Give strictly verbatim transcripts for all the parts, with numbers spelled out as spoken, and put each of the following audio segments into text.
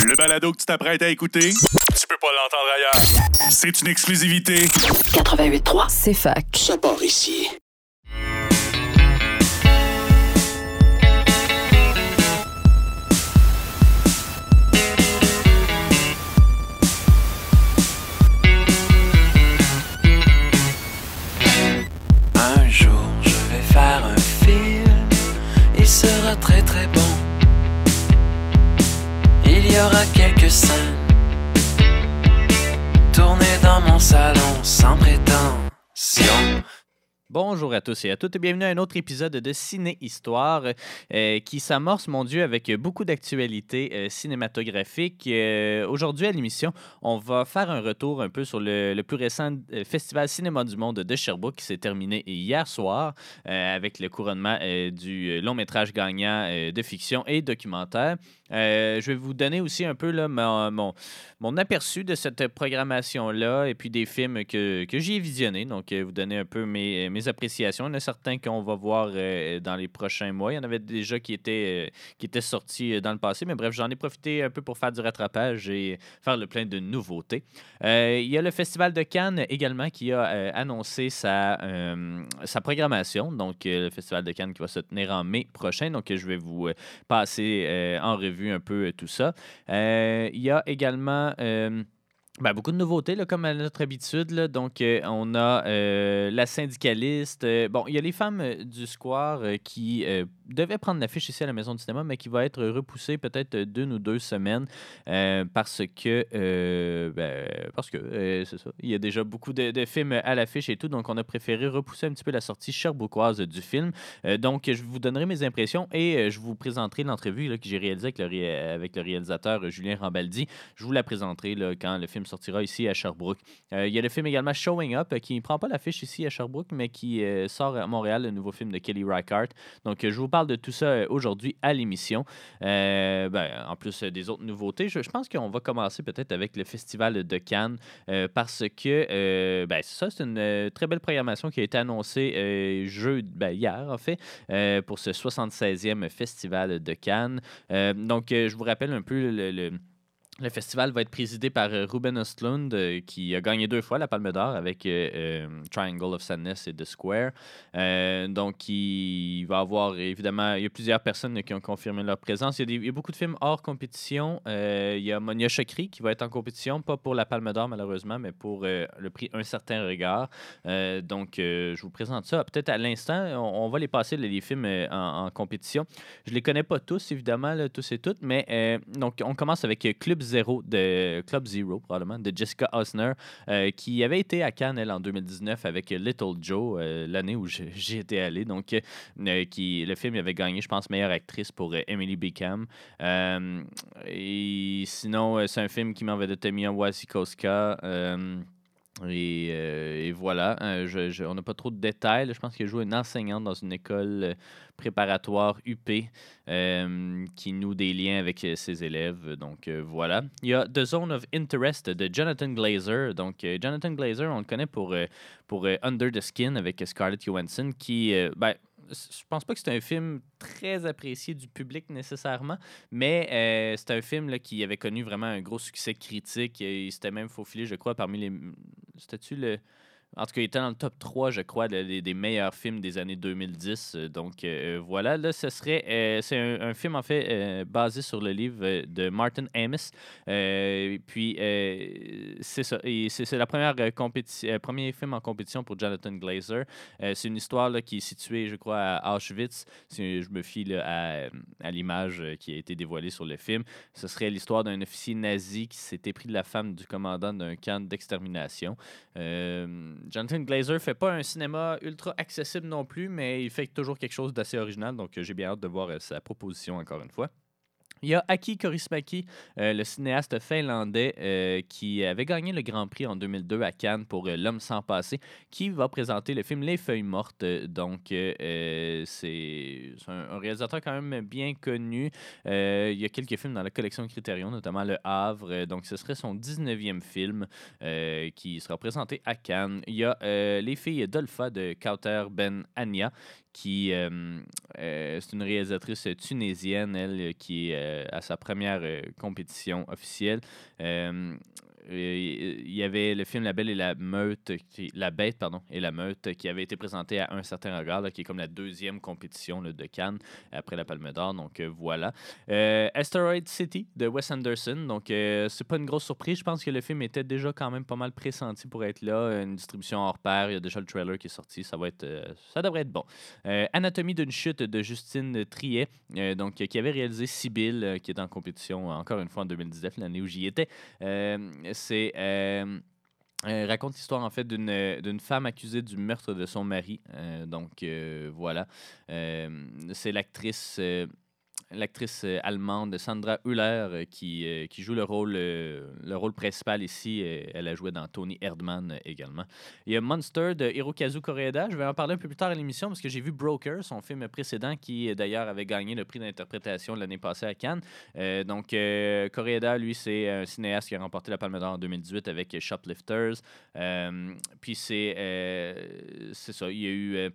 Le balado que tu t'apprêtes à écouter, tu peux pas l'entendre ailleurs. C'est une exclusivité. quatre-vingt-huit trois, c'est fac. Ça part ici. Un jour, je vais faire un film. Il sera très très bon. Il y aura quelques scènes tournées dans mon salon sans prétention. Bonjour à tous et à toutes et bienvenue à un autre épisode de Ciné-Histoire euh, qui s'amorce, mon Dieu, avec beaucoup d'actualités euh, cinématographiques. Euh, aujourd'hui à l'émission, on va faire un retour un peu sur le, le plus récent euh, Festival Cinéma du Monde de Sherbrooke qui s'est terminé hier soir euh, avec le couronnement euh, du long-métrage gagnant euh, de fiction et documentaire. Euh, je vais vous donner aussi un peu là, mon, mon, mon aperçu de cette programmation-là et puis des films que, que j'ai visionnés. Donc, euh, vous donner un peu mes, mes appréciations. Il y en a certains qu'on va voir euh, dans les prochains mois. Il y en avait déjà qui étaient, euh, qui étaient sortis dans le passé. Mais bref, j'en ai profité un peu pour faire du rattrapage et faire le plein de nouveautés. Euh, il y a le Festival de Cannes également qui a euh, annoncé sa, euh, sa programmation. Donc, euh, le Festival de Cannes qui va se tenir en mai prochain. Donc, je vais vous euh, passer euh, en revue un peu tout ça. Euh, il y a également euh, ben, beaucoup de nouveautés, là, comme à notre habitude. Là. Donc, euh, on a euh, la syndicaliste. Euh, bon, il y a les femmes euh, du square euh, qui euh, devaient prendre l'affiche ici à la Maison du cinéma, mais qui va être repoussée peut-être d'une ou deux semaines euh, parce que, euh, ben, parce que euh, c'est ça. Il y a déjà beaucoup de, de films à l'affiche et tout, donc on a préféré repousser un petit peu la sortie sherbrookoise du film. Euh, donc, je vous donnerai mes impressions et euh, je vous présenterai l'entrevue là, que j'ai réalisée avec le, ré- avec le réalisateur euh, Julien Rambaldi. Je vous la présenterai là, quand le film sortira ici à Sherbrooke. Euh, il y a le film également Showing Up euh, qui ne prend pas l'affiche ici à Sherbrooke, mais qui euh, sort à Montréal, le nouveau film de Kelly Reichardt. Donc, euh, je vous parle de tout ça euh, aujourd'hui à l'émission. Euh, ben, en plus euh, des autres nouveautés, je, je pense qu'on va commencer peut-être avec le Festival de Cannes euh, parce que euh, ben, ça, c'est une euh, très belle programmation qui a été annoncée euh, jeudi, ben, hier, en fait, euh, pour ce soixante-seizième Festival de Cannes. Euh, donc, euh, je vous rappelle un peu le... le Le festival va être présidé par euh, Ruben Östlund, euh, qui a gagné deux fois la Palme d'Or avec euh, euh, Triangle of Sadness et The Square. Euh, donc, il va avoir, évidemment, il y a plusieurs personnes qui ont confirmé leur présence. Il y a, des, il y a beaucoup de films hors compétition. Euh, il y a Monia Chokri qui va être en compétition, pas pour la Palme d'Or, malheureusement, mais pour euh, le prix Un certain regard. Euh, donc, euh, je vous présente ça. Peut-être à l'instant, on, on va les passer, les, les films euh, en, en compétition. Je les connais pas tous, évidemment, là, tous et toutes, mais euh, donc, on commence avec Club Zero de Club Zero, probablement, de Jessica Osner, euh, qui avait été à Cannes, elle, en deux mille dix-neuf avec Little Joe, euh, l'année où j'y étais allé. Donc, euh, qui, le film avait gagné, je pense, meilleure actrice pour euh, Emily Beckham. Euh, et sinon, euh, c'est un film qui m'en va de Tamia Wasikowska. Euh, Et, euh, et voilà, euh, je, je, on n'a pas trop de détails. Je pense qu'il joue une enseignante dans une école préparatoire U P euh, qui noue des liens avec ses élèves. Donc euh, voilà. Il y a The Zone of Interest de Jonathan Glazer. Donc euh, Jonathan Glazer, on le connaît pour, euh, pour euh, Under the Skin avec Scarlett Johansson qui... Euh, ben, je pense pas que c'est un film très apprécié du public nécessairement, mais euh, c'est un film là, qui avait connu vraiment un gros succès critique. Et il s'était même faufilé, je crois, parmi les... C'était-tu le... En tout cas, il était dans le top trois, je crois, des, des meilleurs films des années deux mille dix. Donc, euh, voilà. Là, ce serait... Euh, c'est un, un film, en fait, euh, basé sur le livre de Martin Amis. Euh, puis, euh, c'est ça. Et c'est, c'est la première euh, compétition, euh, premier film en compétition pour Jonathan Glazer. Euh, c'est une histoire là, qui est située, je crois, à Auschwitz. Si je me fie là, à, à l'image qui a été dévoilée sur le film. Ce serait l'histoire d'un officier nazi qui s'était pris de la femme du commandant d'un camp d'extermination. Euh, Jonathan Glazer fait pas un cinéma ultra accessible non plus, mais il fait toujours quelque chose d'assez original, donc j'ai bien hâte de voir euh, sa proposition encore une fois. Il y a Aki Kaurismäki, euh, le cinéaste finlandais euh, qui avait gagné le Grand Prix en deux mille deux à Cannes pour euh, L'Homme sans passé, qui va présenter le film Les Feuilles mortes. Donc, euh, c'est, c'est un, un réalisateur quand même bien connu. Euh, il y a quelques films dans la collection Criterion, notamment Le Havre. Donc, ce serait son dix-neuvième film euh, qui sera présenté à Cannes. Il y a euh, Les Filles d'Olpha de Kauter Ben Ania, qui euh, euh, c'est une réalisatrice tunisienne, elle, qui est euh, à sa première euh, compétition officielle. Euh, il y avait le film La Belle et la Meute, qui, La Bête pardon, et la Meute, qui avait été présenté à Un certain regard, là, qui est comme la deuxième compétition là, de Cannes après la Palme d'Or. Donc euh, voilà. Euh, Asteroid City de Wes Anderson. Donc euh, c'est pas une grosse surprise. Je pense que le film était déjà quand même pas mal pressenti pour être là. Une distribution hors pair. Il y a déjà le trailer qui est sorti. Ça va être, euh, ça devrait être bon. Euh, Anatomie d'une chute de Justine Triet, euh, donc qui avait réalisé Sibylle, euh, qui est en compétition encore une fois en deux mille dix-neuf, l'année où j'y étais. Euh, c'est euh, euh, raconte l'histoire en fait d'une euh, d'une femme accusée du meurtre de son mari. Euh, donc euh, voilà, Euh, c'est l'actrice. Euh, l'actrice euh, allemande Sandra Hüller euh, qui, euh, qui joue le rôle, euh, le rôle principal ici. Euh, elle a joué dans Tony Erdmann euh, également. Il y a Monster de Hirokazu Koreeda. Je vais en parler un peu plus tard à l'émission parce que j'ai vu Broker, son film précédent, qui euh, d'ailleurs avait gagné le prix d'interprétation l'année passée à Cannes. Euh, donc, euh, Koreeda, lui, c'est un cinéaste qui a remporté la Palme d'Or en deux mille dix-huit avec Shoplifters. Euh, puis c'est, euh, c'est ça, il y a eu... Euh,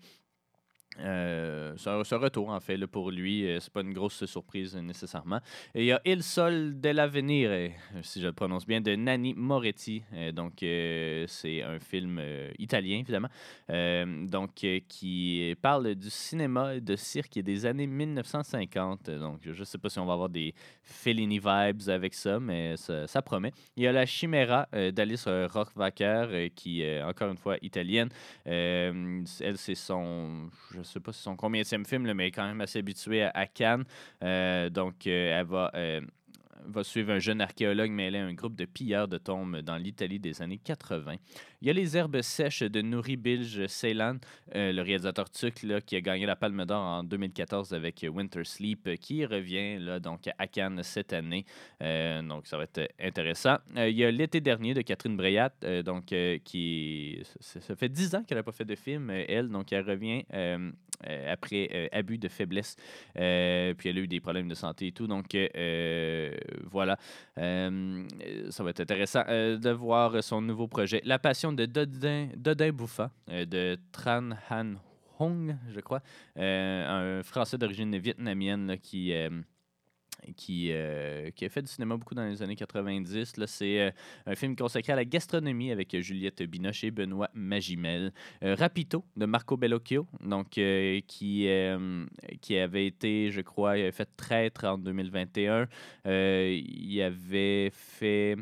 Euh, c'est un, c'est un retour, en fait, là, pour lui. Euh, c'est pas une grosse surprise, euh, nécessairement. Et il y a Il Sol dell'Avvenire, euh, si je le prononce bien, de Nanni Moretti. Euh, donc, euh, c'est un film euh, italien, évidemment. Euh, donc, euh, qui parle du cinéma de cirque des années mille neuf cent cinquante. Donc, je sais pas si on va avoir des Fellini vibes avec ça, mais ça, ça promet. Il y a La Chimera euh, d'Alice Rohrwacher, euh, qui est, encore une fois, italienne. Euh, elle, c'est son... Je sais pas si c'est son combienième film, là, mais elle est quand même assez habituée à, à Cannes. Euh, donc, euh, elle va, euh, va suivre un jeune archéologue mêlé à un groupe de pilleurs de tombes dans l'Italie des années quatre-vingts. Il y a Les Herbes sèches de Nuri Bilge Ceylan, euh, le réalisateur turc là, qui a gagné la Palme d'Or en deux mille quatorze avec Winter Sleep, euh, qui revient là, donc, à Cannes cette année. Euh, donc, ça va être intéressant. Euh, il y a L'été dernier de Catherine Breillat, euh, donc, euh, qui... Ça, ça fait dix ans qu'elle n'a pas fait de film, euh, elle. Donc, elle revient euh, euh, après euh, abus de faiblesse. Euh, puis, elle a eu des problèmes de santé et tout. Donc, euh, voilà. Euh, ça va être intéressant euh, de voir son nouveau projet. La Passion de Dodin, Dodin Bouffa, euh, de Tran Han Hong, je crois. Euh, un Français d'origine vietnamienne là, qui... Euh, Qui, euh, qui a fait du cinéma beaucoup dans les années quatre-vingt-dix. Là, c'est euh, un film consacré à la gastronomie avec Juliette Binoche et Benoît Magimel. Euh, Rapito de Marco Bellocchio, donc, euh, qui, euh, qui avait été, je crois, il avait fait Traître en deux mille vingt et un. Euh, il avait fait...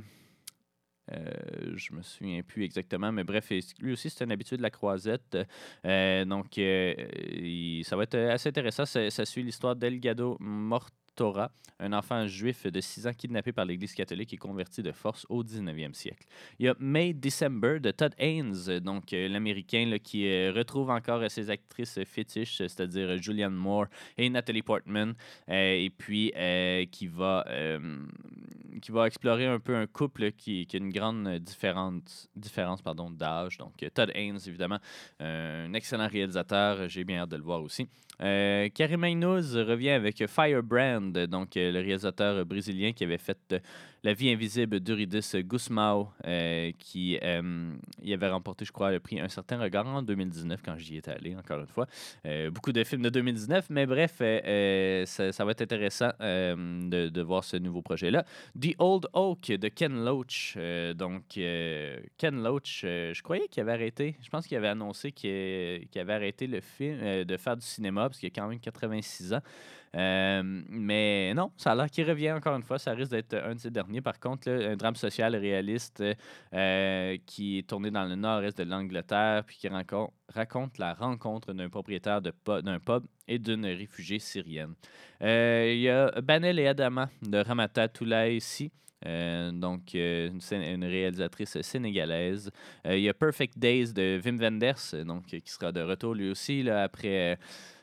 Euh, je me souviens plus exactement, mais bref, lui aussi, c'est un habitué de la croisette. Euh, donc, euh, il, ça va être assez intéressant. Ça, ça suit l'histoire d'Elgado Mortora, un enfant juif de six ans kidnappé par l'Église catholique et converti de force au dix-neuvième siècle. Il y a May December de Todd Haynes, donc euh, l'Américain là, qui euh, retrouve encore euh, ses actrices fétiches, c'est-à-dire Julianne Moore et Natalie Portman, euh, et puis euh, qui va... Euh, qui va explorer un peu un couple qui, qui a une grande différence, différence pardon, d'âge. Donc, Todd Haynes, évidemment, euh, un excellent réalisateur. J'ai bien hâte de le voir aussi. Euh, Karim Aynouz revient avec Firebrand, donc euh, le réalisateur brésilien qui avait fait euh, La vie invisible d'Eurydice Gusmão, euh, qui euh, il avait remporté, je crois, le prix Un certain regard en deux mille dix-neuf quand j'y étais allé, encore une fois. Euh, beaucoup de films de deux mille dix-neuf, mais bref, euh, euh, ça, ça va être intéressant euh, de, de voir ce nouveau projet-là. The Old Oak de Ken Loach. Euh, donc, euh, Ken Loach, euh, je croyais qu'il avait arrêté. Je pense qu'il avait annoncé qu'il, qu'il avait arrêté le film euh, de faire du cinéma parce qu'il a quand même quatre-vingt-six ans. Euh, mais non, ça a l'air qu'il revient encore une fois. Ça risque d'être un de ses derniers. Par contre, là, un drame social réaliste euh, qui est tourné dans le nord-est de l'Angleterre puis qui raconte, raconte la rencontre d'un propriétaire de pub, d'un pub et d'une réfugiée syrienne. Euh, il y a Banel et Adama de Ramata Toulaïsi. Euh, donc, euh, une, une réalisatrice sénégalaise. Euh, il y a Perfect Days de Wim Wenders, donc, qui sera de retour lui aussi là, après...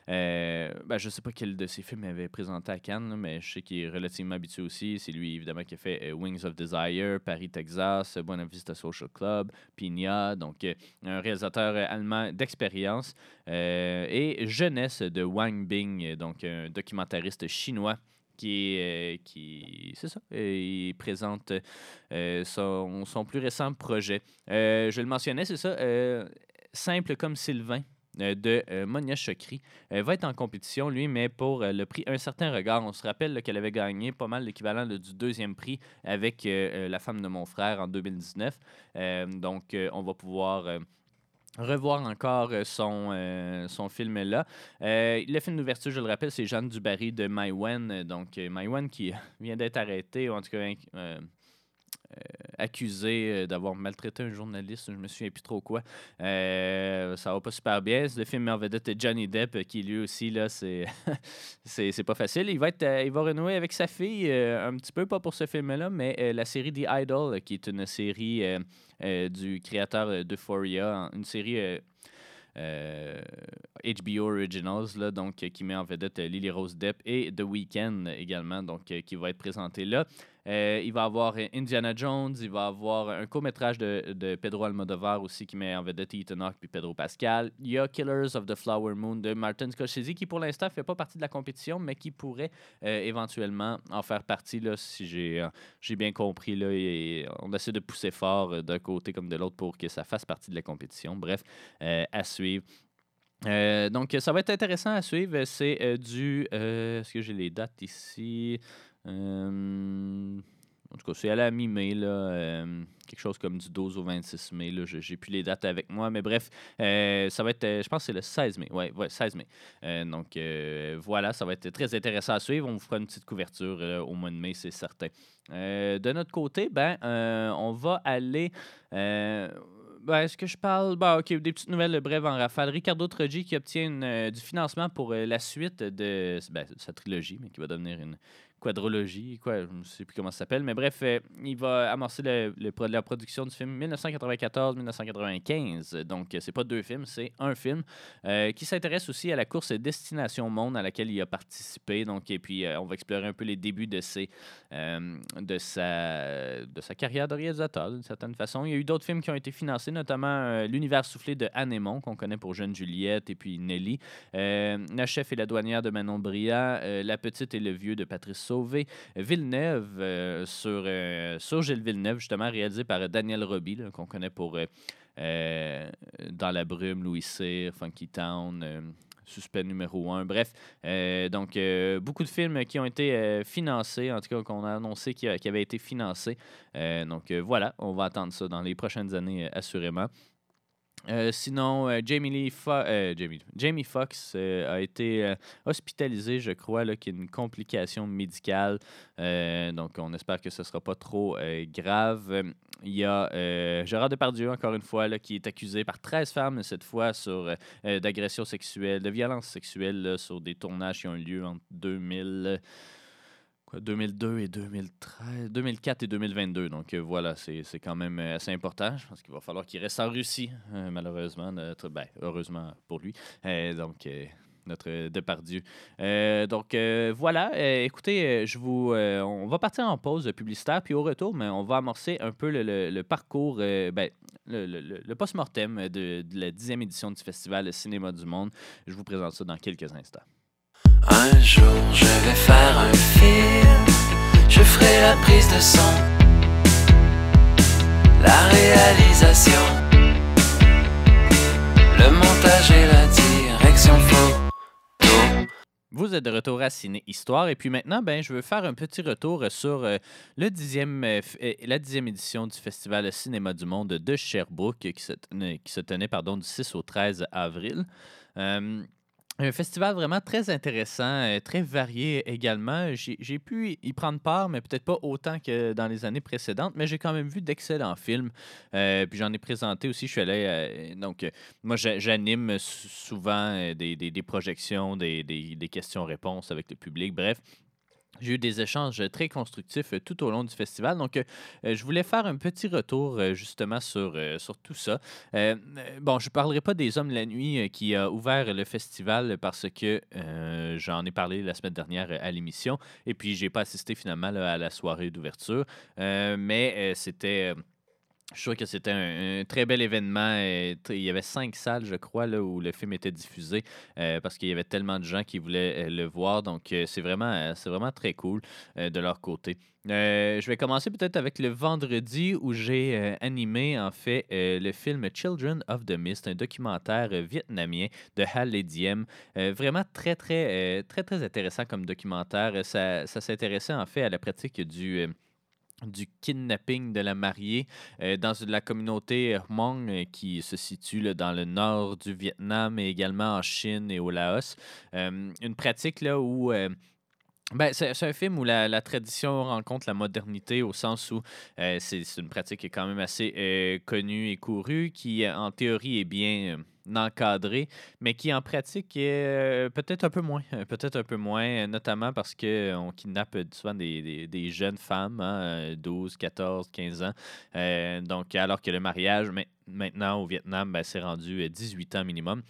Euh, ben, je ne sais pas quel de ses films il avait présenté à Cannes, là, mais je sais qu'il est relativement habitué aussi. C'est lui, évidemment, qui a fait euh, Wings of Desire, Paris, Texas, Buena Vista Social Club, Pina. Donc, euh, un réalisateur euh, allemand d'expérience. Euh, et Jeunesse de Wang Bing, donc un documentariste chinois qui, est, euh, qui c'est ça, euh, il présente euh, son, son plus récent projet. Euh, je le mentionnais, c'est ça, euh, Simple comme Sylvain, euh, de euh, Monia Chokri euh, va être en compétition, lui, mais pour euh, le prix Un certain regard. On se rappelle là, qu'elle avait gagné pas mal l'équivalent là, du deuxième prix avec euh, euh, La femme de mon frère en deux mille dix-neuf. Euh, donc, euh, on va pouvoir... Euh, revoir encore euh, son, euh, son film-là. Euh, le film d'ouverture, je le rappelle, c'est Jeanne Dubarry de Maïwenn. Donc, euh, Maïwenn qui vient d'être arrêtée, ou en tout cas inc- euh, euh, accusé euh, d'avoir maltraité un journaliste, je me souviens plus trop quoi. Euh, ça va pas super bien. Le film met en vedette Johnny Depp, euh, qui lui aussi, là, c'est, c'est, c'est pas facile. Il va, être, euh, il va renouer avec sa fille euh, un petit peu, pas pour ce film-là, mais euh, la série The Idol, euh, qui est une série euh, euh, du créateur euh, d'Euphoria, une série... Euh, euh, H B O Originals, là, donc, euh, qui met en vedette euh, Lily Rose Depp et The Weeknd également, donc, euh, qui va être présenté là. Euh, il va y avoir euh, Indiana Jones, il va y avoir un court-métrage de, de Pedro Almodovar aussi qui met en vedette Ethan Hawke puis Pedro Pascal. Il y a Killers of the Flower Moon de Martin Scorsese qui pour l'instant ne fait pas partie de la compétition, mais qui pourrait euh, éventuellement en faire partie, là, si j'ai, euh, j'ai bien compris. Là, et on essaie de pousser fort euh, d'un côté comme de l'autre pour que ça fasse partie de la compétition. Bref, euh, à suivre. Euh, donc, ça va être intéressant à suivre. C'est euh, du... Euh, est-ce que j'ai les dates ici? Euh, en tout cas, c'est à la mi-mai, là, euh, quelque chose comme du douze au vingt-six mai. Là, je n'ai plus les dates avec moi, mais bref, euh, ça va être, euh, je pense que c'est le seize mai. Oui, ouais, seize mai. Euh, donc, euh, voilà, ça va être très intéressant à suivre. On vous fera une petite couverture euh, au mois de mai, c'est certain. Euh, de notre côté, ben, euh, on va aller... Euh, Ben, est-ce que je parle... Ben, OK, des petites nouvelles brèves en rafale. Ricardo Trogi qui obtient une, euh, du financement pour euh, la suite de, ben, de sa trilogie, mais qui va devenir une quadrologie, quoi, je ne sais plus comment ça s'appelle, mais bref, euh, il va amorcer le, le pro- la production du film dix-neuf cent quatre-vingt-quatorze dix-neuf cent quatre-vingt-quinze. Donc, euh, c'est pas deux films, c'est un film euh, qui s'intéresse aussi à la course Destination Monde à laquelle il a participé. Donc, et puis, euh, on va explorer un peu les débuts de, ses, euh, de, sa, de sa carrière de réalisateur, d'une certaine façon. Il y a eu d'autres films qui ont été financés, notamment euh, L'univers soufflé de Anne Aymon, qu'on connaît pour Jeune Juliette, et puis Nelly. Euh, La chef et la douanière de Manon Bria, euh, La petite et le vieux de Patrice Sauvé, Villeneuve euh, sur, euh, sur Gilles Villeneuve, justement, réalisé par Daniel Roby, là, qu'on connaît pour euh, euh, Dans la brume, Louis Cyr, Funky Town, euh, Suspect numéro un. Bref, euh, donc euh, beaucoup de films qui ont été euh, financés, en tout cas qu'on a annoncé qui, qui avaient été financés. Euh, donc euh, voilà, on va attendre ça dans les prochaines années, euh, assurément. Euh, sinon, euh, Jamie, Lee Fo- euh, Jamie, Jamie Foxx euh, a été euh, hospitalisé, je crois, là, qu'il y a une complication médicale. Euh, donc, on espère que ce ne sera pas trop euh, grave. Euh, Il y a euh, Gérard Depardieu, encore une fois, là, qui est accusé par treize femmes, cette fois, sur euh, d'agression sexuelle, de violence sexuelle là, sur des tournages qui ont eu lieu entre deux mille... Quoi, deux mille deux et deux mille treize, deux mille quatre et deux mille vingt-deux. Donc euh, voilà, c'est, c'est quand même euh, assez important. Je pense qu'il va falloir qu'il reste en Russie, euh, malheureusement. Notre, ben, heureusement pour lui. Euh, donc, euh, notre Depardieu. Euh, donc euh, voilà, euh, écoutez, euh, je vous, euh, on va partir en pause publicitaire, puis au retour, mais on va amorcer un peu le, le, le parcours, euh, ben, le, le, le post-mortem de, de la dixième édition du Festival Cinéma du Monde. Je vous présente ça dans quelques instants. Un jour je vais faire un film, je ferai la prise de son, la réalisation, le montage et la direction photo. Vous êtes de retour à Ciné Histoire et puis maintenant, ben, je veux faire un petit retour sur euh, le dixième, euh, f- euh, la dixième édition du Festival Cinéma du Monde de Sherbrooke qui se tenait, qui se tenait pardon, du six au treize avril. Euh, Un festival vraiment très intéressant, euh, très varié également. J'ai, j'ai pu y prendre part, mais peut-être pas autant que dans les années précédentes, mais j'ai quand même vu d'excellents films. Euh, puis j'en ai présenté aussi. Je suis allé. Euh, donc, euh, moi, j'a- j'anime sou- souvent euh, des, des- des projections, des, des- des questions-réponses avec le public. Bref. J'ai eu des échanges très constructifs euh, tout au long du festival. Donc, euh, euh, je voulais faire un petit retour euh, justement sur, euh, sur tout ça. Euh, euh, bon, je ne parlerai pas des Hommes de la Nuit euh, qui a ouvert le festival parce que euh, j'en ai parlé la semaine dernière euh, à l'émission et puis je n'ai pas assisté finalement là, à la soirée d'ouverture. Euh, mais euh, c'était... euh, Je trouve que c'était un, un très bel événement. euh, t- Il y avait cinq salles, je crois, là, où le film était diffusé euh, parce qu'il y avait tellement de gens qui voulaient euh, le voir. Donc, euh, c'est vraiment, euh, c'est vraiment très cool euh, de leur côté. Euh, je vais commencer peut-être avec le vendredi où j'ai euh, animé, en fait, euh, le film Children of the Mist, un documentaire euh, vietnamien de Hal Diem. Euh, vraiment très, très, euh, très, très intéressant comme documentaire. Ça, ça s'intéressait, en fait, à la pratique du... euh, du kidnapping de la mariée euh, dans la communauté Hmong euh, qui se situe là, dans le nord du Vietnam et également en Chine et au Laos. Euh, une pratique là où euh, ben, c'est c'est un film où la, la tradition rencontre la modernité au sens où euh, c'est c'est une pratique qui est quand même assez euh, connue et courue, qui euh, en théorie est bien euh, encadrée, mais qui en pratique est euh, peut-être un peu moins, euh, peut-être un peu moins, euh, notamment parce qu'on kidnappe euh, souvent des, des- des jeunes femmes, hein, euh, douze, quatorze, quinze ans. Euh, donc, alors que le mariage, ma- maintenant au Vietnam, ben, c'est rendu euh, dix-huit ans minimum.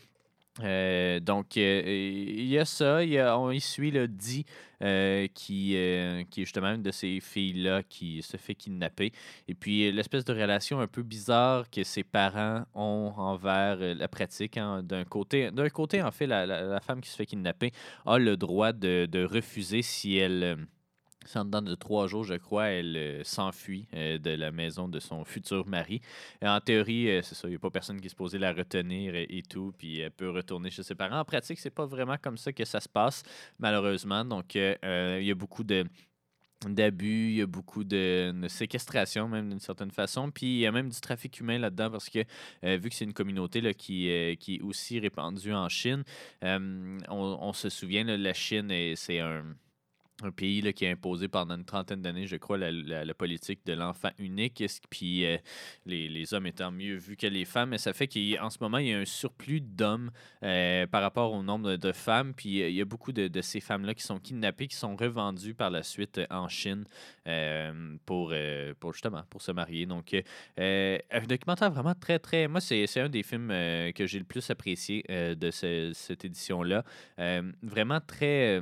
Euh, donc, euh, il y a ça. Il y a- on y suit le Di, euh, qui, euh, qui est justement une de ces filles-là qui se fait kidnapper. Et puis, euh, l'espèce de relation un peu bizarre que ses parents ont envers euh, la pratique. Hein. D'un côté, d'un côté, en fait, la, la- la femme qui se fait kidnapper a le droit de, de refuser si elle. euh, si en dedans de trois jours, je crois, elle euh, s'enfuit euh, de la maison de son futur mari. Et en théorie, euh, c'est ça, il n'y a pas personne qui est supposé la retenir et, et tout, puis elle peut retourner chez ses parents. En pratique, c'est pas vraiment comme ça que ça se passe, malheureusement. Donc, euh, euh, il y a beaucoup de d'abus, il y a beaucoup de, de séquestration même d'une certaine façon, puis il y a même du trafic humain là-dedans parce que euh, vu que c'est une communauté là, qui, euh, qui est aussi répandue en Chine, euh, on, on se souvient, là, la Chine, est- c'est un un pays là, qui a imposé pendant une trentaine d'années, je crois, la, la- la politique de l'enfant unique, est-ce- puis euh, les, les hommes étant mieux vus que les femmes, mais ça fait qu'en ce moment, il y a un surplus d'hommes euh, par rapport au nombre de, de femmes, puis euh, il y a beaucoup de, de ces femmes-là qui sont kidnappées, qui sont revendues par la suite euh, en Chine euh, pour, euh, pour justement, pour se marier. Donc, euh, euh, un documentaire vraiment très, très... Moi, c'est c'est un des films euh, que j'ai le plus apprécié euh, de ce- cette édition-là. Euh, vraiment très... euh,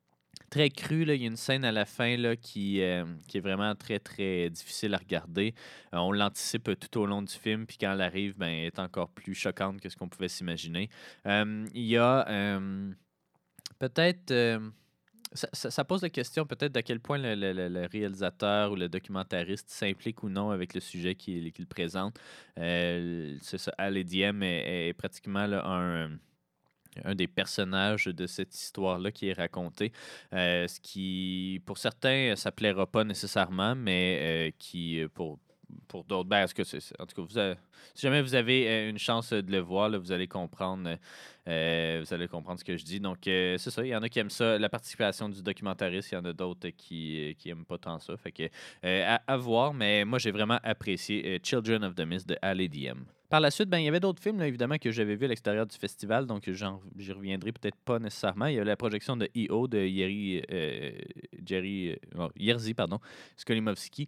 très cru. Là. Il y a une scène à la fin là, qui, euh, qui est vraiment très, très difficile à regarder. Euh, on l'anticipe tout au long du film, puis quand elle arrive, ben, elle est encore plus choquante que ce qu'on pouvait s'imaginer. Euh, il y a euh, peut-être... euh, ça, ça- ça pose la question peut-être d'à quel point le, le- le- le réalisateur ou le documentariste s'implique ou non avec le sujet qu'il qu'il présente. Euh, c'est ça, Al Diem est, est pratiquement là, un un des personnages de cette histoire-là qui est racontée. Euh, ce qui, pour certains, ça plaira pas nécessairement, mais euh, qui, euh, pour, pour d'autres, ben, est-ce que c'est, c'est- en tout cas, vous avez- si jamais vous avez euh, une chance de le voir, là, vous allez comprendre, euh, vous allez comprendre ce que je dis. Donc, euh, c'est ça. Il y en a qui aiment ça, la participation du documentariste. Il y en a d'autres qui, euh, qui aiment pas tant ça. Fait que, euh, à, à voir, mais moi, j'ai vraiment apprécié euh, Children of the Mist de Al Diem. Par la suite, ben, il y avait d'autres films, là, évidemment, que j'avais vus à l'extérieur du festival, donc j'en- j'y reviendrai peut-être pas nécessairement. Il y a la projection de E O de Yeri, euh, Jerry, euh, non, Jerzy, pardon, Skolimowski.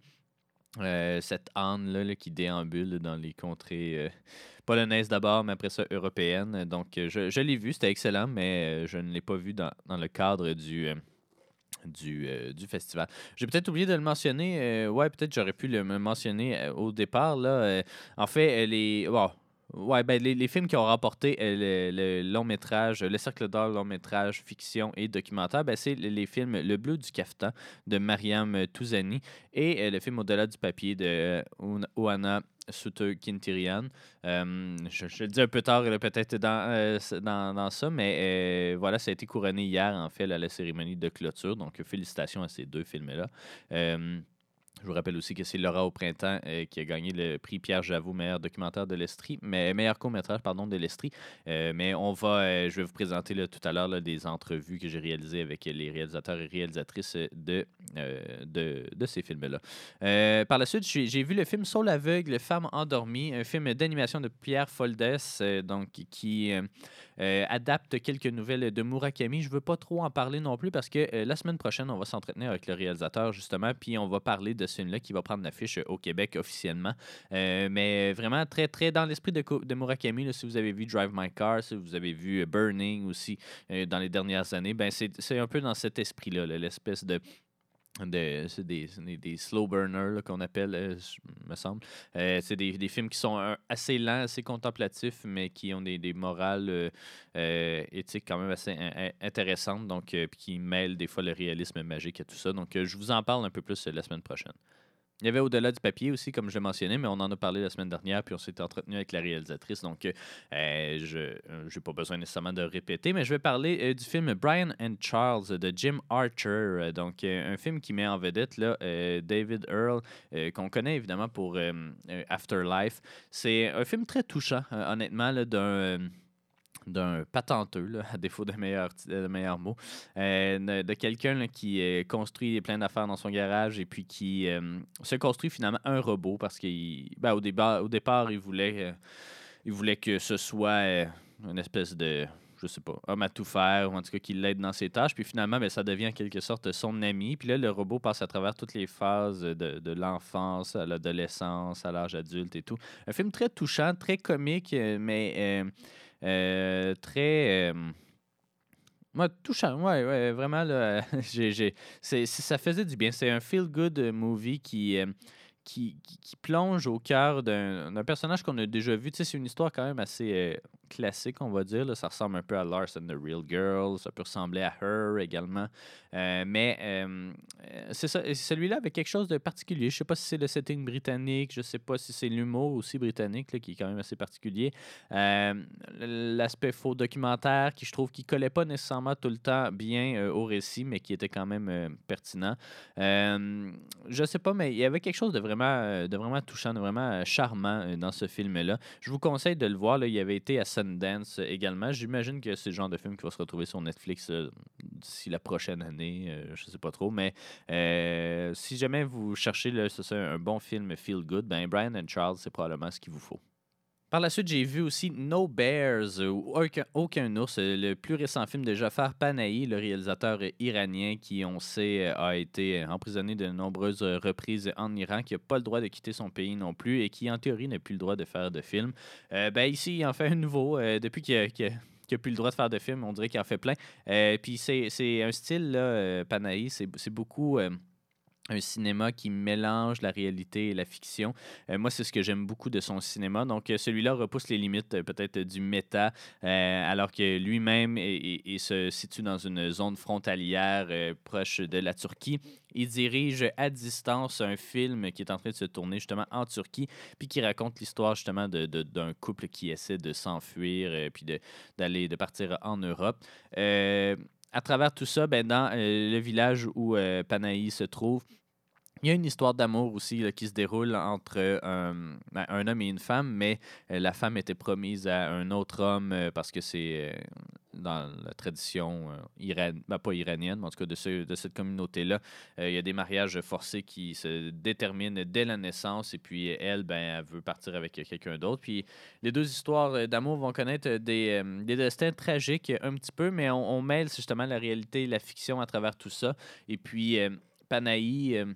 Euh, cette âne-là là, qui déambule dans les contrées euh, polonaises d'abord, mais après ça européennes. Donc, euh, je, je l'ai vu, c'était excellent, mais euh, je ne l'ai pas vu dans, dans le cadre du, euh, du, euh, du festival. J'ai peut-être oublié de le mentionner. Euh, ouais, peut-être j'aurais pu le me mentionner euh, au départ. Là. Euh, en fait, euh, les. Bon, ouais, ben, les, les films qui ont remporté euh, le, le long métrage, le Cercle d'or long métrage, fiction et documentaire, ben, c'est les, les films Le Bleu du Caftan de Mariam Touzani et euh, le film Au-delà du papier de euh, Ouna- Oana Suter Kintirian. Euh, je, je le dis un peu tard, là, peut-être dans, euh, c- dans, dans ça, mais euh, voilà, ça a été couronné hier, en fait, à la cérémonie de clôture. Donc, félicitations à ces deux films-là. Euh, je vous rappelle aussi que c'est Laura au printemps euh, qui a gagné le prix Pierre Javoux, meilleur documentaire de l'Estrie, mais meilleur court-métrage, pardon, de l'Estrie. Euh, mais on va, euh, je vais vous présenter là, tout à l'heure là, des entrevues que j'ai réalisées avec les réalisateurs et réalisatrices de, euh, de, de ces films-là. Euh, par la suite, j'ai j'ai vu le film Saul l'aveugle, Femme endormie, un film d'animation de Pierre Foldès, euh, donc qui euh, euh, adapte quelques nouvelles de Murakami. Je ne veux pas trop en parler non plus parce que euh, la semaine prochaine, on va s'entretenir avec le réalisateur justement, puis on va parler de ce film-là qui va prendre l'affiche au Québec officiellement. Euh, mais vraiment très, très dans l'esprit de, Co- de Murakami, là, si vous avez vu Drive My Car, si vous avez vu euh, Burning aussi euh, dans les dernières années, ben c'est c'est un peu dans cet esprit-là, là, l'espèce de De, c'est des, des, des slow burners là, qu'on appelle, euh, me semble. Euh, c'est des, des films qui sont euh, assez lents, assez contemplatifs, mais qui ont des, des morales euh, euh, éthiques quand même assez in- intéressantes, donc euh, puis qui mêlent des fois le réalisme magique et tout ça. Donc, euh, je vous en parle un peu plus euh, la semaine prochaine. Il y avait Au-delà du papier aussi, comme je l'ai mentionné, mais on en a parlé la semaine dernière, puis on s'était entretenu avec la réalisatrice, donc euh, je n'ai pas besoin nécessairement de répéter, mais je vais parler euh, du film Brian and Charles de Jim Archer, euh, donc euh, un film qui met en vedette là, euh, David Earl, euh, qu'on connaît évidemment pour euh, euh, Afterlife. C'est un film très touchant, euh, honnêtement, là, d'un... euh, d'un patenteux, là, à défaut de meilleurs, de meilleurs mots, euh, de, de quelqu'un là, qui euh, construit plein d'affaires dans son garage et puis qui euh, se construit finalement un robot parce qu'au ben, départ, au départ, il voulait, euh, il voulait que ce soit euh, une espèce de, je sais pas, homme à tout faire, ou en tout cas qu'il l'aide dans ses tâches. Puis finalement, ben, ça devient en quelque sorte son ami. Puis là, le robot passe à travers toutes les phases de, de l'enfance à l'adolescence, à l'âge adulte et tout. Un film très touchant, très comique, euh, mais... Euh, euh, très. Euh, ouais, touchant, ouais, ouais, vraiment, là, j'ai, j'ai, c'est, c'est- ça faisait du bien. C'est un feel-good movie qui, euh, qui, qui, qui plonge au cœur d'un, d'un personnage qu'on a déjà vu. Tu sais, c'est une histoire quand même assez euh, classique, on va dire. Là. Ça ressemble un peu à Lars and the Real Girl. Ça peut ressembler à Her également. Euh, mais euh, euh, c'est ça. Et celui-là avec quelque chose de particulier. Je sais pas si c'est le setting britannique. Je sais pas si c'est l'humour aussi britannique, là, qui est quand même assez particulier. Euh, L'aspect faux documentaire qui, je trouve, qui collait pas nécessairement tout le temps bien euh, au récit, mais qui était quand même euh, pertinent. Euh, je sais pas, mais il y avait quelque chose de vraiment, euh, de vraiment touchant, de vraiment euh, charmant euh, dans ce film-là. Je vous conseille de le voir. Là. Il avait été à Sundance euh, également. J'imagine que c'est le genre de film qui va se retrouver sur Netflix euh, d'ici la prochaine année. Euh, je sais pas trop, mais euh, si jamais vous cherchez là, ça, c'est un bon film feel good, ben Brian and Charles, c'est probablement ce qu'il vous faut. Par la suite, j'ai vu aussi No Bears, euh, ou aucun, aucun ours, euh, le plus récent film de Jafar Panahi, le réalisateur euh, iranien qui, on sait, euh, a été euh, emprisonné de nombreuses euh, reprises en Iran, qui n'a pas le droit de quitter son pays non plus et qui, en théorie, n'a plus le droit de faire de film. Euh, ben, ici, il en fait un nouveau. Euh, depuis qu'il a, qu'il a- qu'il a plus le droit de faire de film, on dirait qu'il en fait plein. Euh, Puis c'est c'est un style, là, euh, Panahi, c'est c'est beaucoup... euh, un cinéma qui mélange la réalité et la fiction. Euh, moi, c'est ce que j'aime beaucoup de son cinéma. Donc, euh, celui-là repousse les limites euh, peut-être du méta, euh, alors que lui-même est- est- est se situe dans une zone frontalière euh, proche de la Turquie. Il dirige à distance un film qui est en train de se tourner justement en Turquie, puis qui raconte l'histoire justement de, de- d'un couple qui essaie de s'enfuir, euh, puis de, d'aller, de partir en Europe. Euh, à travers tout ça, ben, dans euh, le village où euh, Panahi se trouve, il y a une histoire d'amour aussi là, qui se déroule entre euh, un, ben, un homme et une femme, mais euh, la femme était promise à un autre homme euh, parce que c'est euh, dans la tradition euh, iran... ben, pas iranienne, mais en tout cas de, ce- de cette communauté-là. Euh, il y a des mariages forcés qui se déterminent dès la naissance et puis elle, ben, elle veut partir avec quelqu'un d'autre. Puis les deux histoires euh, d'amour vont connaître des, euh, des destins tragiques un petit peu, mais on, on mêle justement la réalité et la fiction à travers tout ça. Et puis euh, Panahi... euh,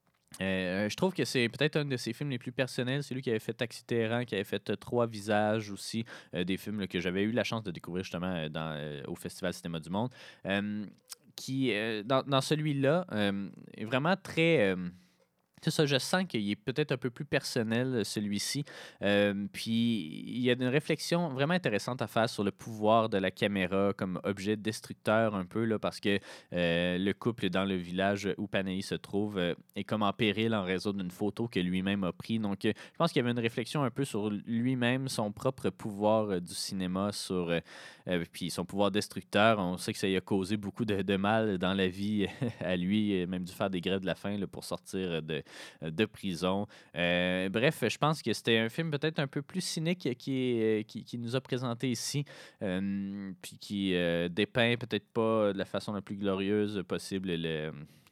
euh, je trouve que c'est peut-être un de ses films les plus personnels. C'est lui qui avait fait Taxi Téhéran, qui avait fait euh, Trois Visages aussi, euh, des films là, que j'avais eu la chance de découvrir justement euh, dans, euh, au Festival Cinéma du Monde. Euh, qui, euh, dans, dans celui-là, euh, est vraiment très... euh, c'est ça, je sens qu'il est peut-être un peu plus personnel, euh, celui-ci. Euh, puis, il y a une réflexion vraiment intéressante à faire sur le pouvoir de la caméra comme objet destructeur un peu, là, parce que euh, le couple dans le village où Panahi se trouve euh, est comme en péril en raison d'une photo que lui-même a prise. Donc, euh, je pense qu'il y avait une réflexion un peu sur lui-même, son propre pouvoir euh, du cinéma, sur euh, euh, puis son pouvoir destructeur. On sait que ça lui a causé beaucoup de, de mal dans la vie à lui, il a même dû faire des grèves de la faim là, pour sortir de de prison. Euh, bref, je pense que c'était un film peut-être un peu plus cynique qui, est, qui, qui nous a présenté ici, euh, puis qui euh, dépeint peut-être pas de la façon la plus glorieuse possible le,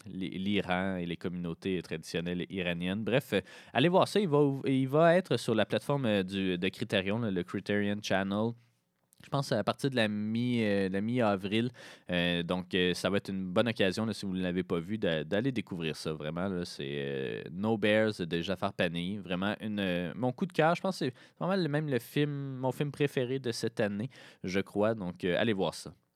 l'Iran et les communautés traditionnelles iraniennes. Bref, euh, allez voir ça. Il va, il va être sur la plateforme du, de Criterion, là, le Criterion Channel. Je pense à partir de la mi, euh, la mi-avril. Euh, donc, euh, ça va être une bonne occasion, là, si vous ne l'avez pas vu, d'a- d'aller découvrir ça. Vraiment, là, c'est euh, No Bears de Jafar Panahi. Vraiment, une, euh, mon coup de cœur. Je pense que c'est vraiment le, même le film, mon film préféré de cette année, je crois. Donc, euh, allez voir ça.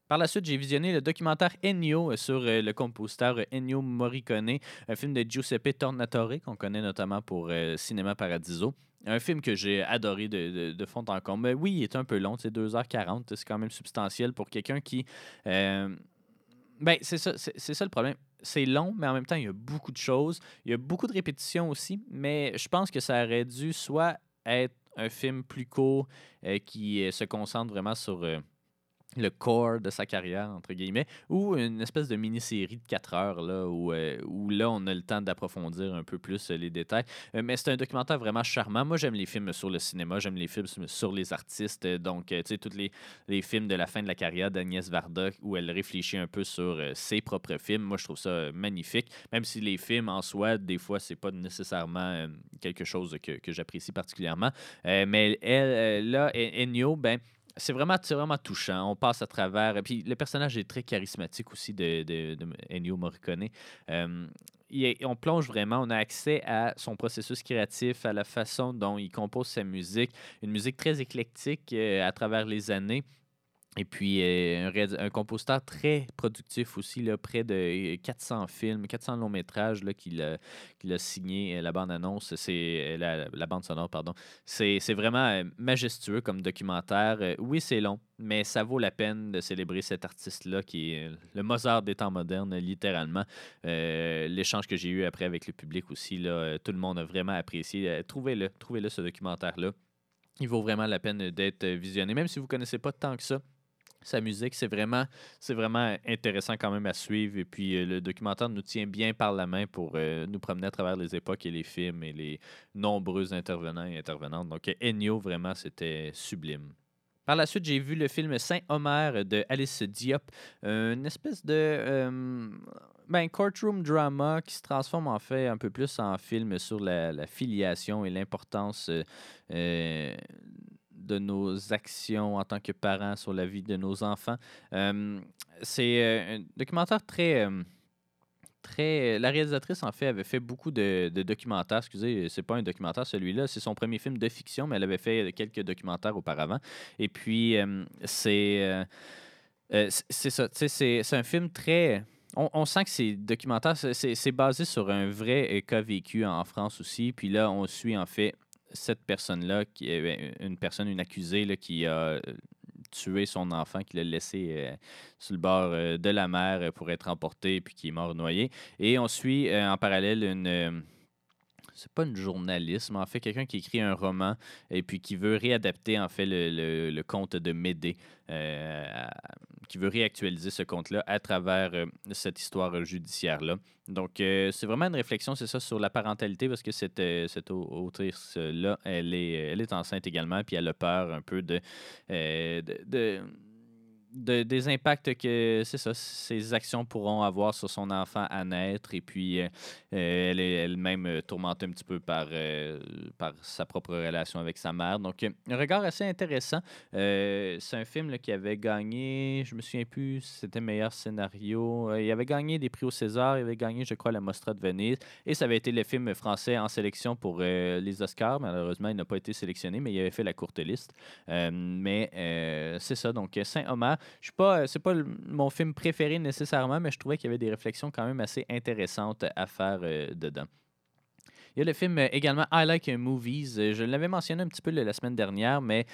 Par la suite, j'ai visionné le documentaire Ennio euh, sur euh, le compositeur euh, Ennio Morricone, un film de Giuseppe Tornatore, qu'on connaît notamment pour euh, Cinéma Paradiso. Un film que j'ai adoré de, de, de fond en comble. Mais oui, il est un peu long, c'est deux heures quarante, c'est quand même substantiel pour quelqu'un qui... Euh, ben, c'est ça, c'est, c'est ça le problème. C'est long, mais en même temps, il y a beaucoup de choses. Il y a beaucoup de répétitions aussi, mais je pense que ça aurait dû soit être un film plus court euh, qui euh, se concentre vraiment sur... Euh, le core de sa carrière, entre guillemets, ou une espèce de mini-série de quatre heures, là, où, euh, où là, on a le temps d'approfondir un peu plus euh, les détails. Euh, mais c'est un documentaire vraiment charmant. Moi, j'aime les films sur le cinéma, j'aime les films sur les artistes. Euh, donc, euh, tu sais, tous les, les films de la fin de la carrière d'Agnès Varda, où elle réfléchit un peu sur euh, ses propres films. Moi, je trouve ça euh, magnifique. Même si les films, en soi, des fois, c'est pas nécessairement euh, quelque chose que, que j'apprécie particulièrement. Euh, mais elle, euh, là, Ennio, ben, c'est vraiment, c'est vraiment touchant. On passe à travers. Puis le personnage est très charismatique aussi de, de, de Ennio Morricone. Euh, il est- on plonge vraiment, on a accès à son processus créatif, à la façon dont il compose sa musique. Une musique très éclectique euh, à travers les années. Et puis, euh, un, réalis- un compositeur très productif aussi, là, près de euh, quatre cents films, quatre cents longs métrages là, qu'il a, qu'il a signé. euh, La bande-annonce, c'est euh, la, la bande sonore, pardon. C'est, c'est vraiment euh, majestueux comme documentaire. Euh, oui, c'est long, mais ça vaut la peine de célébrer cet artiste-là qui est euh, le Mozart des temps modernes, littéralement. Euh, l'échange que j'ai eu après avec le public aussi, là, euh, tout le monde a vraiment apprécié. Euh, trouvez-le, trouvez-le, ce documentaire-là. Il vaut vraiment la peine d'être euh, visionné, même si vous ne connaissez pas tant que ça sa musique. C'est vraiment, c'est vraiment intéressant quand même à suivre. Et puis, euh, le documentaire nous tient bien par la main pour euh, nous promener à travers les époques et les films et les nombreux intervenants et intervenantes. Donc, Ennio, vraiment, c'était sublime. Par la suite, j'ai vu le film Saint-Omer de Alice Diop, une espèce de euh, ben, courtroom drama qui se transforme en fait un peu plus en film sur la, la filiation et l'importance euh, euh, de nos actions en tant que parents sur la vie de nos enfants. Euh, c'est euh, un documentaire très... euh, très... La réalisatrice, en fait, avait fait beaucoup de, de documentaires. Excusez, c'est pas un documentaire, celui-là. C'est son premier film de fiction, mais elle avait fait quelques documentaires auparavant. Et puis, euh, c'est... euh, euh, c'est c'est ça. Tu sais, c'est c'est un film très... On, on sent que c'est documentaire. C'est c'est- c'est basé sur un vrai euh, cas vécu en France aussi. Puis là, on suit, en fait, cette personne-là, qui est ben, une personne, une accusée, là, qui a euh, tué son enfant, qui l'a laissé euh, sur le bord euh, de la mer euh, pour être emporté, puis qui est mort noyé. Et on suit euh, en parallèle une... euh, c'est pas une journaliste, mais en fait quelqu'un qui écrit un roman et puis qui veut réadapter en fait le, le- le conte de Médée, euh, à- qui veut réactualiser ce conte-là à travers euh, cette histoire judiciaire-là. Donc euh, c'est vraiment une réflexion, c'est ça, sur la parentalité parce que cette, euh, cette au- autrice-là, elle est, elle est enceinte également puis elle a peur un peu de, euh, de, de- de- des impacts que c'est ça, ces actions pourront avoir sur son enfant à naître. Et puis, euh, euh, elle est elle-même euh, tourmentée un petit peu par, euh, par sa propre relation avec sa mère. Donc, euh, un regard assez intéressant. Euh, c'est un film là, qui avait gagné, je me souviens plus si c'était meilleur scénario. Euh, il avait gagné des prix au César, il avait gagné, je crois, la Mostra de Venise. Et ça avait été le film français en sélection pour euh, les Oscars. Malheureusement, il n'a pas été sélectionné, mais il avait fait la courte liste. Euh, mais euh, c'est ça, donc Saint-Omer. Je suis pas, euh, c'est pas le- mon film préféré nécessairement, mais je trouvais qu'il y avait des réflexions quand même assez intéressantes à faire euh, dedans. Il y a le film euh, également I Like Movies. Euh, Je l'avais mentionné un petit peu le- la semaine dernière, mais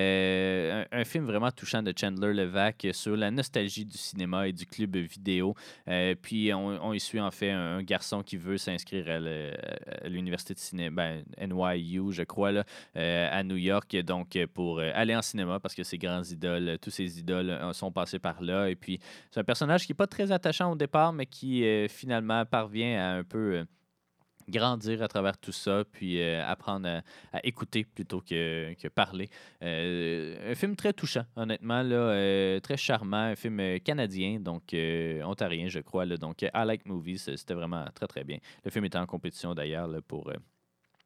euh, un, un film vraiment touchant de Chandler Levac sur la nostalgie du cinéma et du club vidéo. Euh, puis on, on y suit en fait un, un garçon qui veut s'inscrire à, le- à l'université de cinéma, ben, N Y U, je crois, là, euh, à New York, donc euh, pour euh, aller en cinéma parce que ses grands idoles, tous ses idoles euh, sont passés par là. Et puis c'est un personnage qui n'est pas très attachant au départ, mais qui euh, finalement parvient à un peu euh, grandir à travers tout ça, puis euh, apprendre à, à écouter plutôt que, que parler. Euh, un film très touchant, honnêtement, là, euh, très charmant, un film euh, canadien, donc euh, ontarien, je crois. Là, donc, euh, I Like Movies, euh, c'était vraiment très, très bien. Le film était en compétition d'ailleurs là, pour euh,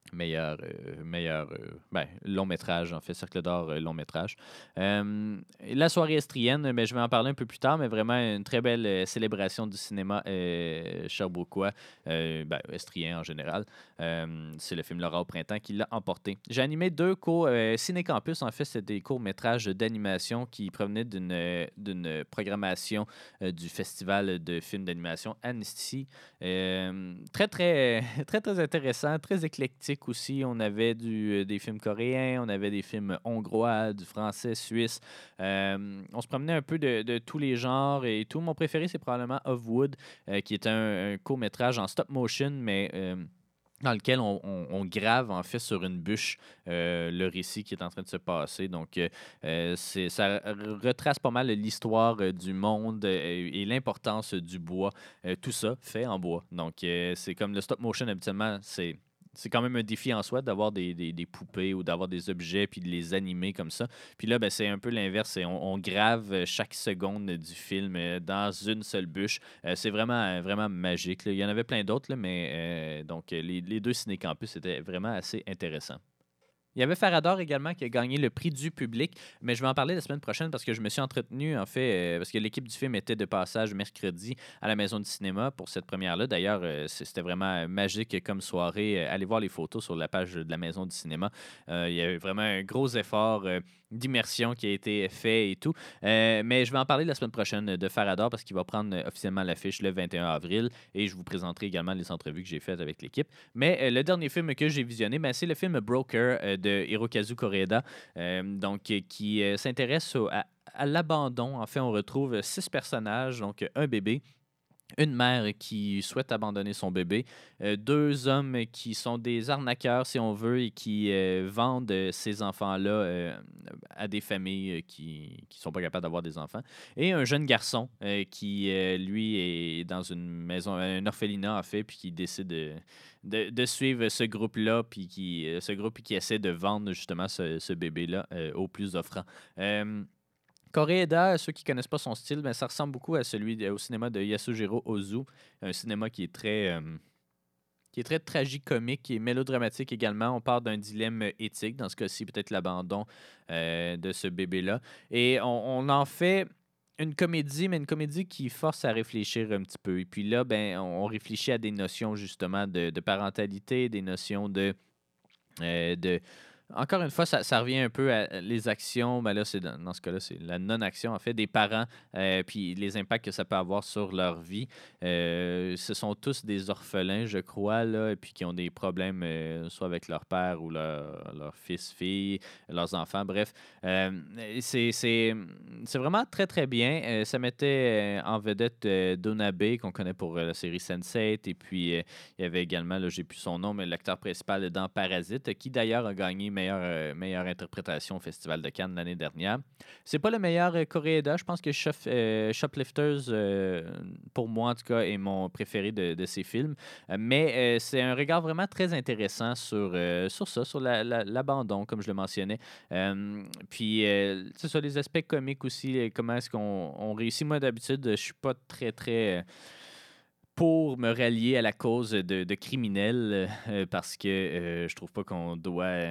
Meilleur, euh, meilleur euh, ben, long métrage, en fait, Cercle d'or, euh, long métrage. Euh, la soirée estrienne, ben, je vais en parler un peu plus tard, mais vraiment une très belle euh, célébration du cinéma euh, sherbrookois, euh, ben, estrien en général. Euh, c'est le film Laura au printemps qui l'a emporté. J'ai animé deux cours euh, Ciné-Campus, en fait, c'était des courts-métrages d'animation qui provenaient d'une, euh, d'une programmation euh, du Festival de films d'animation Annecy. Euh, très, très, très, très intéressant, très éclectique aussi. On avait du, des films coréens, on avait des films hongrois, du français, suisse. Euh, on se promenait un peu de, de tous les genres et tout. Mon préféré, c'est probablement Of Wood, euh, qui est un, un court-métrage en stop motion, mais euh, dans lequel on, on- on grave en fait sur une bûche euh, le récit qui est en train de se passer. Donc, euh, euh, c'est, ça r- retrace pas mal l'histoire euh, du monde euh, et l'importance du bois. Euh, tout ça fait en bois. Donc, euh, c'est comme le stop motion habituellement, c'est. C'est quand même un défi en soi d'avoir des, des- des poupées ou d'avoir des objets puis de les animer comme ça. Puis là, ben, c'est un peu l'inverse. c'est On, on grave euh, chaque seconde du film euh, dans une seule bûche. Euh, c'est vraiment, euh, vraiment magique, là. Il y en avait plein d'autres, là, mais euh, donc euh, les, les deux ciné-campus étaient vraiment assez intéressants. Il y avait Farador également qui a gagné le prix du public, mais je vais en parler la semaine prochaine parce que je me suis entretenu, en fait, euh, parce que l'équipe du film était de passage mercredi à la Maison du cinéma pour cette première-là. D'ailleurs, euh, c'est- c'était vraiment magique comme soirée. Euh, Allez voir les photos sur la page de la Maison du cinéma. Euh, il y a eu vraiment un gros effort euh, d'immersion qui a été fait et tout. Euh, mais je vais en parler la semaine prochaine de Farador parce qu'il va prendre euh, officiellement l'affiche le vingt et un avril et je vous présenterai également les entrevues que j'ai faites avec l'équipe. Mais euh, le dernier film que j'ai visionné, ben, c'est le film Broker euh, de Hirokazu Koreeda, euh, donc, euh, qui euh, s'intéresse au- à, à l'abandon. En fait, on retrouve six personnages, donc euh, un bébé, une mère qui souhaite abandonner son bébé, euh, deux hommes qui sont des arnaqueurs, si on veut, et qui euh, vendent euh, ces enfants-là euh, à des familles euh, qui ne sont pas capables d'avoir des enfants, et un jeune garçon euh, qui, euh, lui, est dans une maison, un orphelinat, en fait, puis qui décide de, de, de suivre ce groupe-là, puis qui, euh, ce groupe qui essaie de vendre justement ce, ce bébé-là euh, au plus offrant. Euh, Koreeda, ceux qui connaissent pas son style, ben, ça ressemble beaucoup à celui de- au cinéma de Yasujiro Ozu, un cinéma qui est très, euh, qui est très tragique-comique et mélodramatique également. On parle d'un dilemme éthique, dans ce cas-ci, peut-être l'abandon euh, de ce bébé-là. Et on, on en fait une comédie, mais une comédie qui force à réfléchir un petit peu. Et puis là, ben, on réfléchit à des notions justement de, de parentalité, des notions de, euh, de encore une fois, ça, ça revient un peu à les actions. Ben là, c'est dans, dans ce cas-là, c'est la non-action, en fait, des parents, euh, puis les impacts que ça peut avoir sur leur vie. Euh, ce sont tous des orphelins, je crois, là, et puis qui ont des problèmes, euh, soit avec leur père ou leur, leur fils, fille, leurs enfants, bref. Euh, c'est, c'est, c'est vraiment très, très bien. Euh, ça mettait euh, en vedette euh, Donabe, qu'on connaît pour euh, la série sense eight, et puis euh, il y avait également, là, j'ai plus son nom, mais l'acteur principal dans Parasite, qui d'ailleurs a gagné meilleure, euh, meilleure interprétation au Festival de Cannes l'année dernière. C'est pas le meilleur euh, Koreeda. Je pense que Shop- euh, Shoplifters, euh, pour moi en tout cas, est mon préféré de, de ces films. Euh, mais euh, c'est un regard vraiment très intéressant sur, euh, sur ça, sur la- la- l'abandon, comme je le mentionnais. Euh, puis, euh, c'est ça, les aspects comiques aussi, euh, comment est-ce qu'on on réussit. Moi, d'habitude, je suis pas très, très... euh, pour me rallier à la cause de, de criminels euh, parce que euh, je trouve pas qu'on doit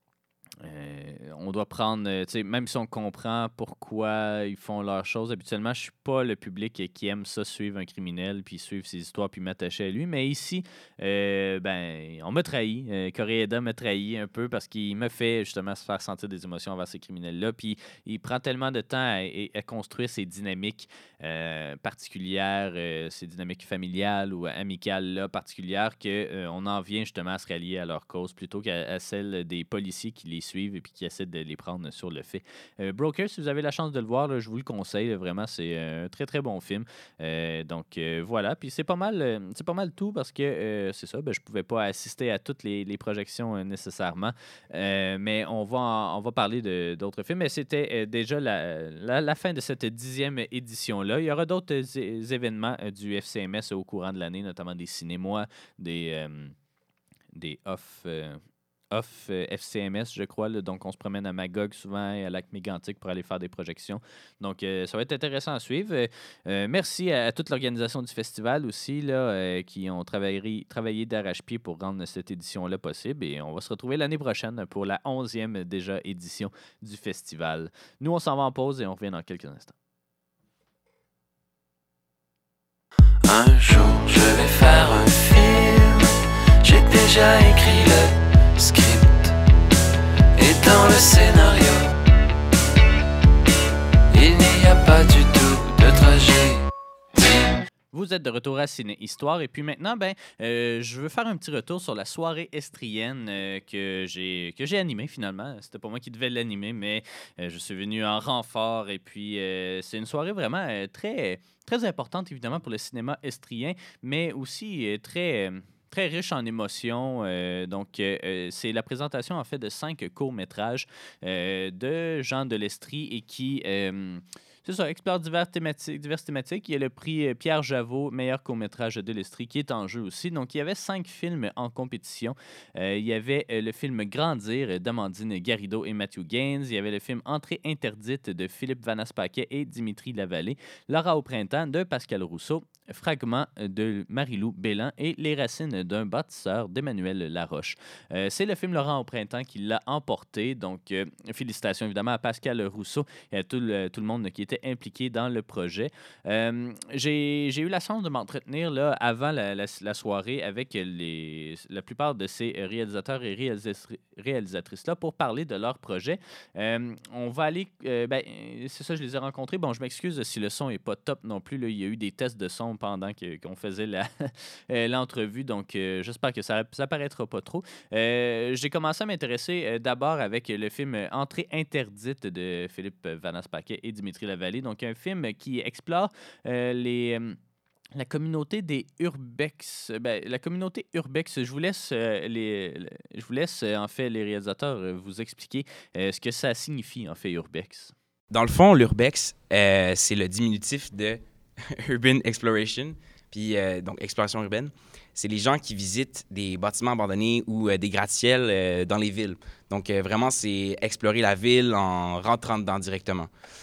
euh, on doit prendre, euh, tu sais, même si on comprend pourquoi ils font leurs choses, habituellement, je suis pas le public qui aime ça, suivre un criminel, puis suivre ses histoires, puis m'attacher à lui. Mais ici, euh, ben, on m'a trahi. Euh, Koreeda m'a trahi un peu parce qu'il me fait justement se faire sentir des émotions envers ces criminels-là. Puis il prend tellement de temps à, à construire ces dynamiques euh, particulières, euh, ces dynamiques familiales ou amicales-là particulières, qu'on en vient justement à se rallier à leur cause plutôt qu'à à celle des policiers qui les suivent et puis qui essaient de les prendre sur le fait. Euh, Broker, si vous avez la chance de le voir, là, je vous le conseille. Là, vraiment, c'est un très très bon film. Euh, donc euh, voilà. Puis c'est pas mal, euh, c'est pas mal tout parce que euh, c'est ça. Ben, je pouvais pas assister à toutes les, les projections euh, nécessairement. Euh, mais on va en- on va parler de- d'autres films. Mais c'était euh, déjà la, la, la fin de cette dixième édition-là. Il y aura d'autres euh, é- événements euh, du F C M S au courant de l'année, notamment des cinémois, des, euh, des off. euh, off euh, F C M S, je crois. Là. Donc, on se promène à Magog souvent et à Lac-Mégantic pour aller faire des projections. Donc, euh, ça va être intéressant à suivre. Euh, euh, merci à, à toute l'organisation du festival aussi, là, euh, qui ont travaillé, travaillé d'arrache-pied pour rendre cette édition-là possible. Et on va se retrouver l'année prochaine pour la onzième déjà édition du festival. Nous, on s'en va en pause et on revient dans quelques instants. Un jour, je vais faire un film. J'ai déjà écrit le script. Et dans le scénario, il n'y a pas du tout de tragédie. Vous êtes de retour à Ciné Histoire et puis maintenant, ben, euh, je veux faire un petit retour sur la soirée estrienne euh, que j'ai que j'ai animée finalement. C'était pas moi qui devais l'animer, mais euh, je suis venu en renfort et puis euh, c'est une soirée vraiment euh, très très importante évidemment pour le cinéma estrien, mais aussi euh, très euh, très riche en émotions. Euh, donc, euh, c'est la présentation en fait de cinq courts-métrages euh, de Jean de l'Estrie et qui euh, c'est ça, explore diverses thématiques, diverses thématiques. Il y a le prix Pierre Javeau, meilleur court-métrage de l'Estrie, qui est en jeu aussi. Donc, il y avait cinq films en compétition. Euh, il y avait euh, le film Grandir d'Amandine Garrido et Matthew Gaines. Il y avait le film Entrée interdite de Philippe Vanas-Paquet et Dimitri Lavallée. Laura au printemps de Pascal Rousseau. Fragment de Marie-Lou Bélan et Les racines d'un bâtisseur d'Emmanuel Laroche. Euh, c'est le film Laurent au printemps qui l'a emporté. Donc, euh, félicitations évidemment à Pascal Rousseau et à tout le, tout le monde qui était impliqué dans le projet. Euh, j'ai, j'ai eu la chance de m'entretenir là, avant la, la, la soirée avec les, la plupart de ces réalisateurs et réalisatrices, réalisatrices-là pour parler de leur projet. Euh, on va aller... Euh, ben, c'est ça, je les ai rencontrés. Bon, je m'excuse si le son n'est pas top non plus. Là. Il y a eu des tests de son pendant que, qu'on faisait la, l'entrevue, donc euh, j'espère que ça ne paraîtra pas trop. Euh, j'ai commencé à m'intéresser euh, d'abord avec le film Entrée interdite de Philippe Vanas-Paquet et Dimitri Lavallée, donc un film qui explore euh, les... Euh, la communauté des urbex, ben, la communauté urbex, je vous laisse, euh, les, je vous laisse euh, en fait les réalisateurs euh, vous expliquer euh, ce que ça signifie en fait urbex. Dans le fond, l'urbex, euh, c'est le diminutif de Urban Exploration, puis euh, donc exploration urbaine. C'est les gens qui visitent des bâtiments abandonnés ou euh, des gratte-ciels euh, dans les villes. Donc euh, vraiment, c'est explorer la ville en rentrant dedans directement.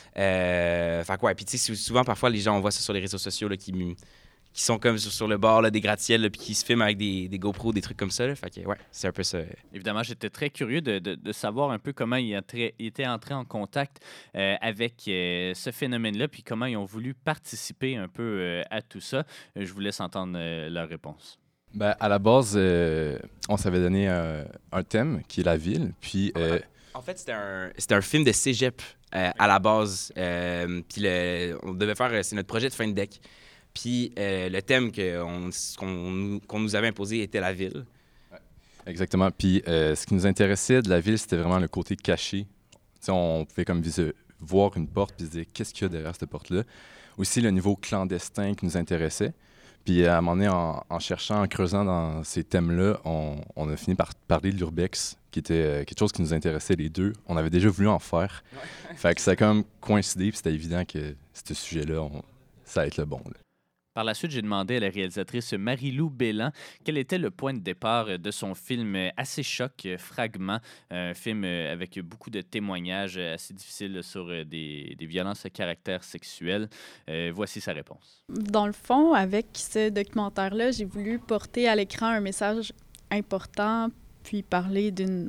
Euh, fait quoi, puis tu sais, souvent, parfois, les gens, on voit ça sur les réseaux sociaux là, qui, qui sont comme sur, sur le bord là, des gratte-ciels, là, puis qui se filment avec des, des GoPros, des trucs comme ça. Là. Fait que ouais, c'est un peu ça. Évidemment, j'étais très curieux de, de, de savoir un peu comment ils étaient entrés en contact euh, avec euh, ce phénomène-là, puis comment ils ont voulu participer un peu euh, à tout ça. Je vous laisse entendre euh, leur réponse. Ben, à la base, euh, on s'avait donné euh, un thème qui est la ville, puis... Euh... En fait, c'était un, c'était un film de cégep euh, à la base, euh, puis le, on devait faire, c'est notre projet de fin de deck. Puis euh, le thème que on, qu'on, qu'on nous avait imposé était la ville. Ouais. Exactement. Puis euh, ce qui nous intéressait de la ville, c'était vraiment le côté caché. T'sais, on pouvait comme vise, voir une porte puis se dire qu'est-ce qu'il y a derrière cette porte-là. Aussi le niveau clandestin qui nous intéressait. Puis à un moment donné, en, en cherchant, en creusant dans ces thèmes-là, on, on a fini par parler de l'urbex, qui était euh, quelque chose qui nous intéressait les deux. On avait déjà voulu en faire. Ouais. Fait que ça a comme coïncidé, puis c'était évident que ce sujet-là, on, ça allait être le bon. Là. Par la suite, j'ai demandé à la réalisatrice Marie-Lou Bélan quel était le point de départ de son film assez choc, Fragment, un film avec beaucoup de témoignages assez difficiles sur des, des violences à caractère sexuel. Euh, voici sa réponse. Dans le fond, avec ce documentaire-là, j'ai voulu porter à l'écran un message important, puis parler d'une,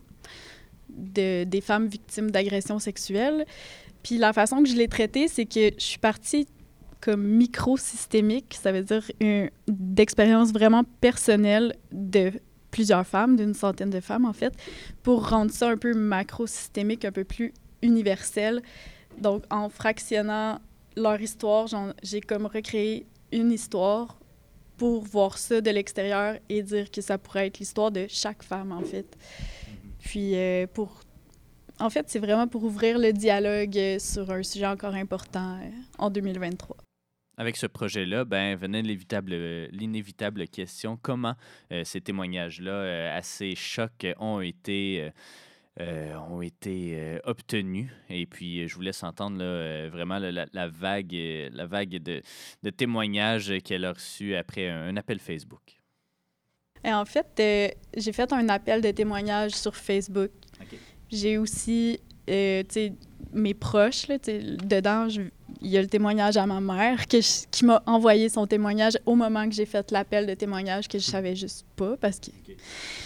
de, des femmes victimes d'agressions sexuelles. Puis la façon que je l'ai traité, c'est que je suis partie comme micro-systémique, ça veut dire une, d'expérience vraiment personnelle de plusieurs femmes, d'une centaine de femmes en fait, pour rendre ça un peu macro-systémique, un peu plus universel. Donc en fractionnant leur histoire, j'ai comme recréé une histoire pour voir ça de l'extérieur et dire que ça pourrait être l'histoire de chaque femme en fait. Puis euh, pour en fait, c'est vraiment pour ouvrir le dialogue sur un sujet encore important euh, en deux mille vingt-trois. Avec ce projet-là, ben, venait l'inévitable, euh, l'inévitable question comment euh, ces témoignages-là euh, assez chocs ont été, euh, euh, ont été euh, obtenus. Et puis, je vous laisse entendre là, euh, vraiment là, la, la vague, euh, la vague de, de témoignages qu'elle a reçus après un, un appel Facebook. Et en fait, euh, j'ai fait un appel de témoignage sur Facebook. OK. J'ai aussi, euh, tu sais, mes proches, là, tu sais, dedans, je- il y a le témoignage à ma mère que je- qui m'a envoyé son témoignage au moment que j'ai fait l'appel de témoignage que je savais juste pas parce que... OK.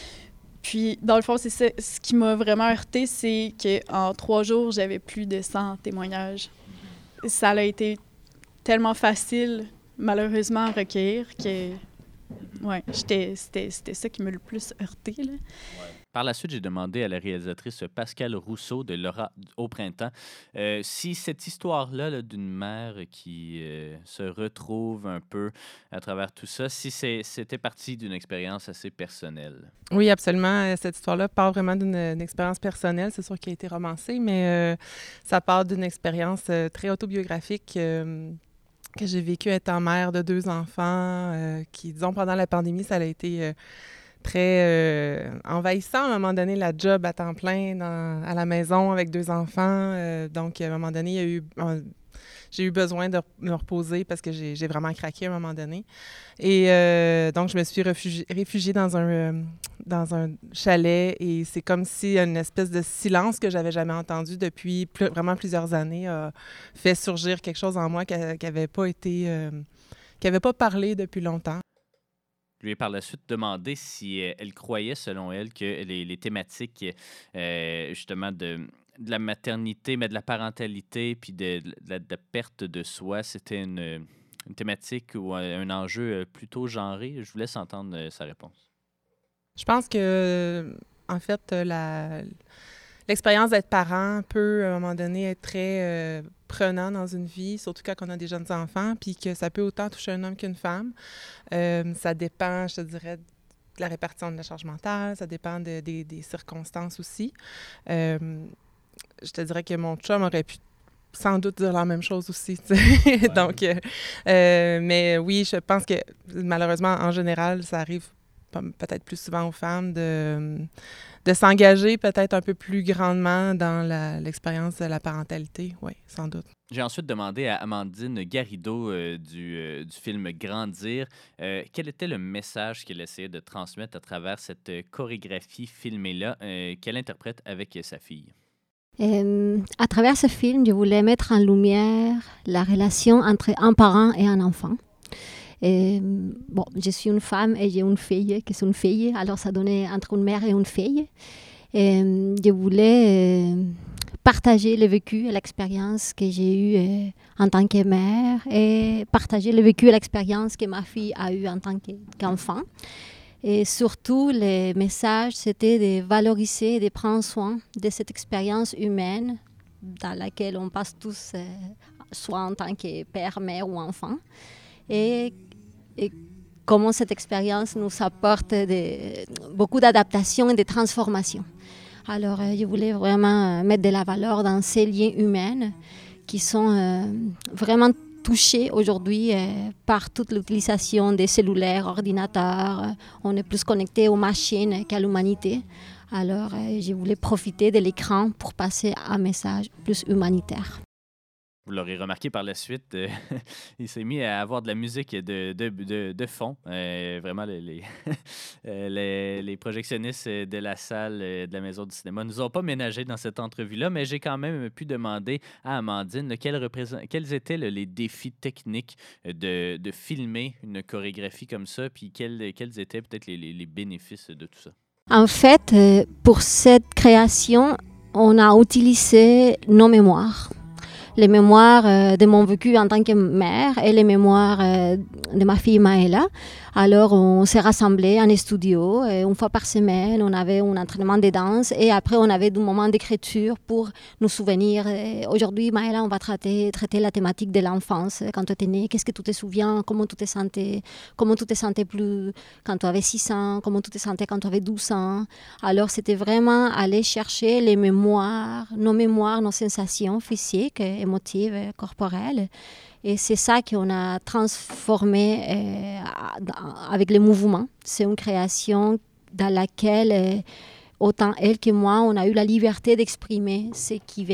Puis, dans le fond, c'est ça. Ce qui m'a vraiment heurté, c'est qu'en trois jours, j'avais plus de cent témoignages. Ça a été tellement facile, malheureusement, à recueillir que... Ouais, j'étais, c'était, c'était ça qui m'a le plus heurté, là. Par la suite, j'ai demandé à la réalisatrice Pascale Rousseau de Laura au printemps euh, si cette histoire-là là, d'une mère qui euh, se retrouve un peu à travers tout ça, si c'est, c'était parti d'une expérience assez personnelle. Oui, absolument. Euh, Cette histoire-là part vraiment d'une, d'une expérience personnelle. C'est sûr qu'elle a été romancée, mais euh, ça part d'une expérience euh, très autobiographique euh, que j'ai vécue étant mère de deux enfants euh, qui, disons, pendant la pandémie, ça a été... Euh, très euh, envahissant à un moment donné, la job à temps plein dans, à la maison avec deux enfants. Euh, donc, à un moment donné, il y a eu, euh, j'ai eu besoin de me reposer parce que j'ai, j'ai vraiment craqué à un moment donné. Et euh, donc, je me suis réfugiée, réfugiée dans, un, euh, dans un chalet et c'est comme si une espèce de silence que j'avais jamais entendu depuis plus, vraiment plusieurs années a fait surgir quelque chose en moi qui n'avait pas été, euh, qui n'avait pas parlé depuis longtemps. Je lui ai par la suite demandé si euh, elle croyait, selon elle, que les, les thématiques, euh, justement, de, de la maternité, mais de la parentalité, puis de, de, la, de la perte de soi, c'était une, une thématique ou un, un enjeu plutôt genré. Je vous laisse entendre euh, sa réponse. Je pense que, en fait, la, l'expérience d'être parent peut, à un moment donné, être très euh, prenant dans une vie, surtout quand on a des jeunes enfants, puis que ça peut autant toucher un homme qu'une femme. Euh, ça dépend, je te dirais, de la répartition de la charge mentale, ça dépend de, de, des circonstances aussi. Euh, je te dirais que mon chum aurait pu sans doute dire la même chose aussi. Ouais. Donc, euh, euh, mais oui, je pense que malheureusement, en général, ça arrive peut-être plus souvent aux femmes de, de s'engager peut-être un peu plus grandement dans la, l'expérience de la parentalité. Oui, sans doute. J'ai ensuite demandé à Amandine Garrido euh, du, euh, du film Grandir euh, quel était le message qu'elle essayait de transmettre à travers cette chorégraphie filmée-là euh, qu'elle interprète avec sa fille. Euh, à travers ce film, je voulais mettre en lumière la relation entre un parent et un enfant. Et, bon, je suis une femme et j'ai une fille qui est une fille, alors ça donnait entre une mère et une fille. Et, je voulais euh, partager le vécu et l'expérience que j'ai eue euh, en tant que mère et partager le vécu et l'expérience que ma fille a eue en tant qu'enfant. Et surtout, le message, c'était de valoriser et de prendre soin de cette expérience humaine dans laquelle on passe tous, euh, soit en tant que père, mère ou enfant. Et, et comment cette expérience nous apporte de, beaucoup d'adaptation et de transformation. Alors, euh, je voulais vraiment mettre de la valeur dans ces liens humains qui sont euh, vraiment touchés aujourd'hui euh, par toute l'utilisation des cellulaires, ordinateurs. Euh, on est plus connecté aux machines qu'à l'humanité. Alors, euh, je voulais profiter de l'écran pour passer un message plus humanitaire. Vous l'aurez remarqué par la suite, euh, il s'est mis à avoir de la musique de, de, de, de fond. Euh, vraiment, les, les, les, les projectionnistes de la salle de la Maison du cinéma ne nous ont pas ménagé dans cette entrevue-là, mais j'ai quand même pu demander à Amandine quels, représent, quels étaient là, les défis techniques de, de filmer une chorégraphie comme ça, puis quels, quels étaient peut-être les, les, les bénéfices de tout ça. En fait, euh, pour cette création, on a utilisé nos mémoires. Les mémoires euh, de mon vécu en tant que mère et les mémoires euh, de ma fille Maëla. Alors, on s'est rassemblés en studio et une fois par semaine, on avait un entraînement de danse et après, on avait des moments d'écriture pour nous souvenir. Et aujourd'hui, Maëla, on va traiter, traiter la thématique de l'enfance. Quand tu étais née, qu'est-ce que tu te souviens? Comment tu te sentais? Comment tu te sentais plus quand tu avais six ans? Comment tu te sentais quand tu avais douze ans? Alors, c'était vraiment aller chercher les mémoires, nos mémoires, nos sensations physiques, émotives, corporelles. Et c'est ça qu'on a transformé euh, avec les mouvements. C'est une création dans laquelle, euh, autant elle que moi, on a eu la liberté d'exprimer ce qui venait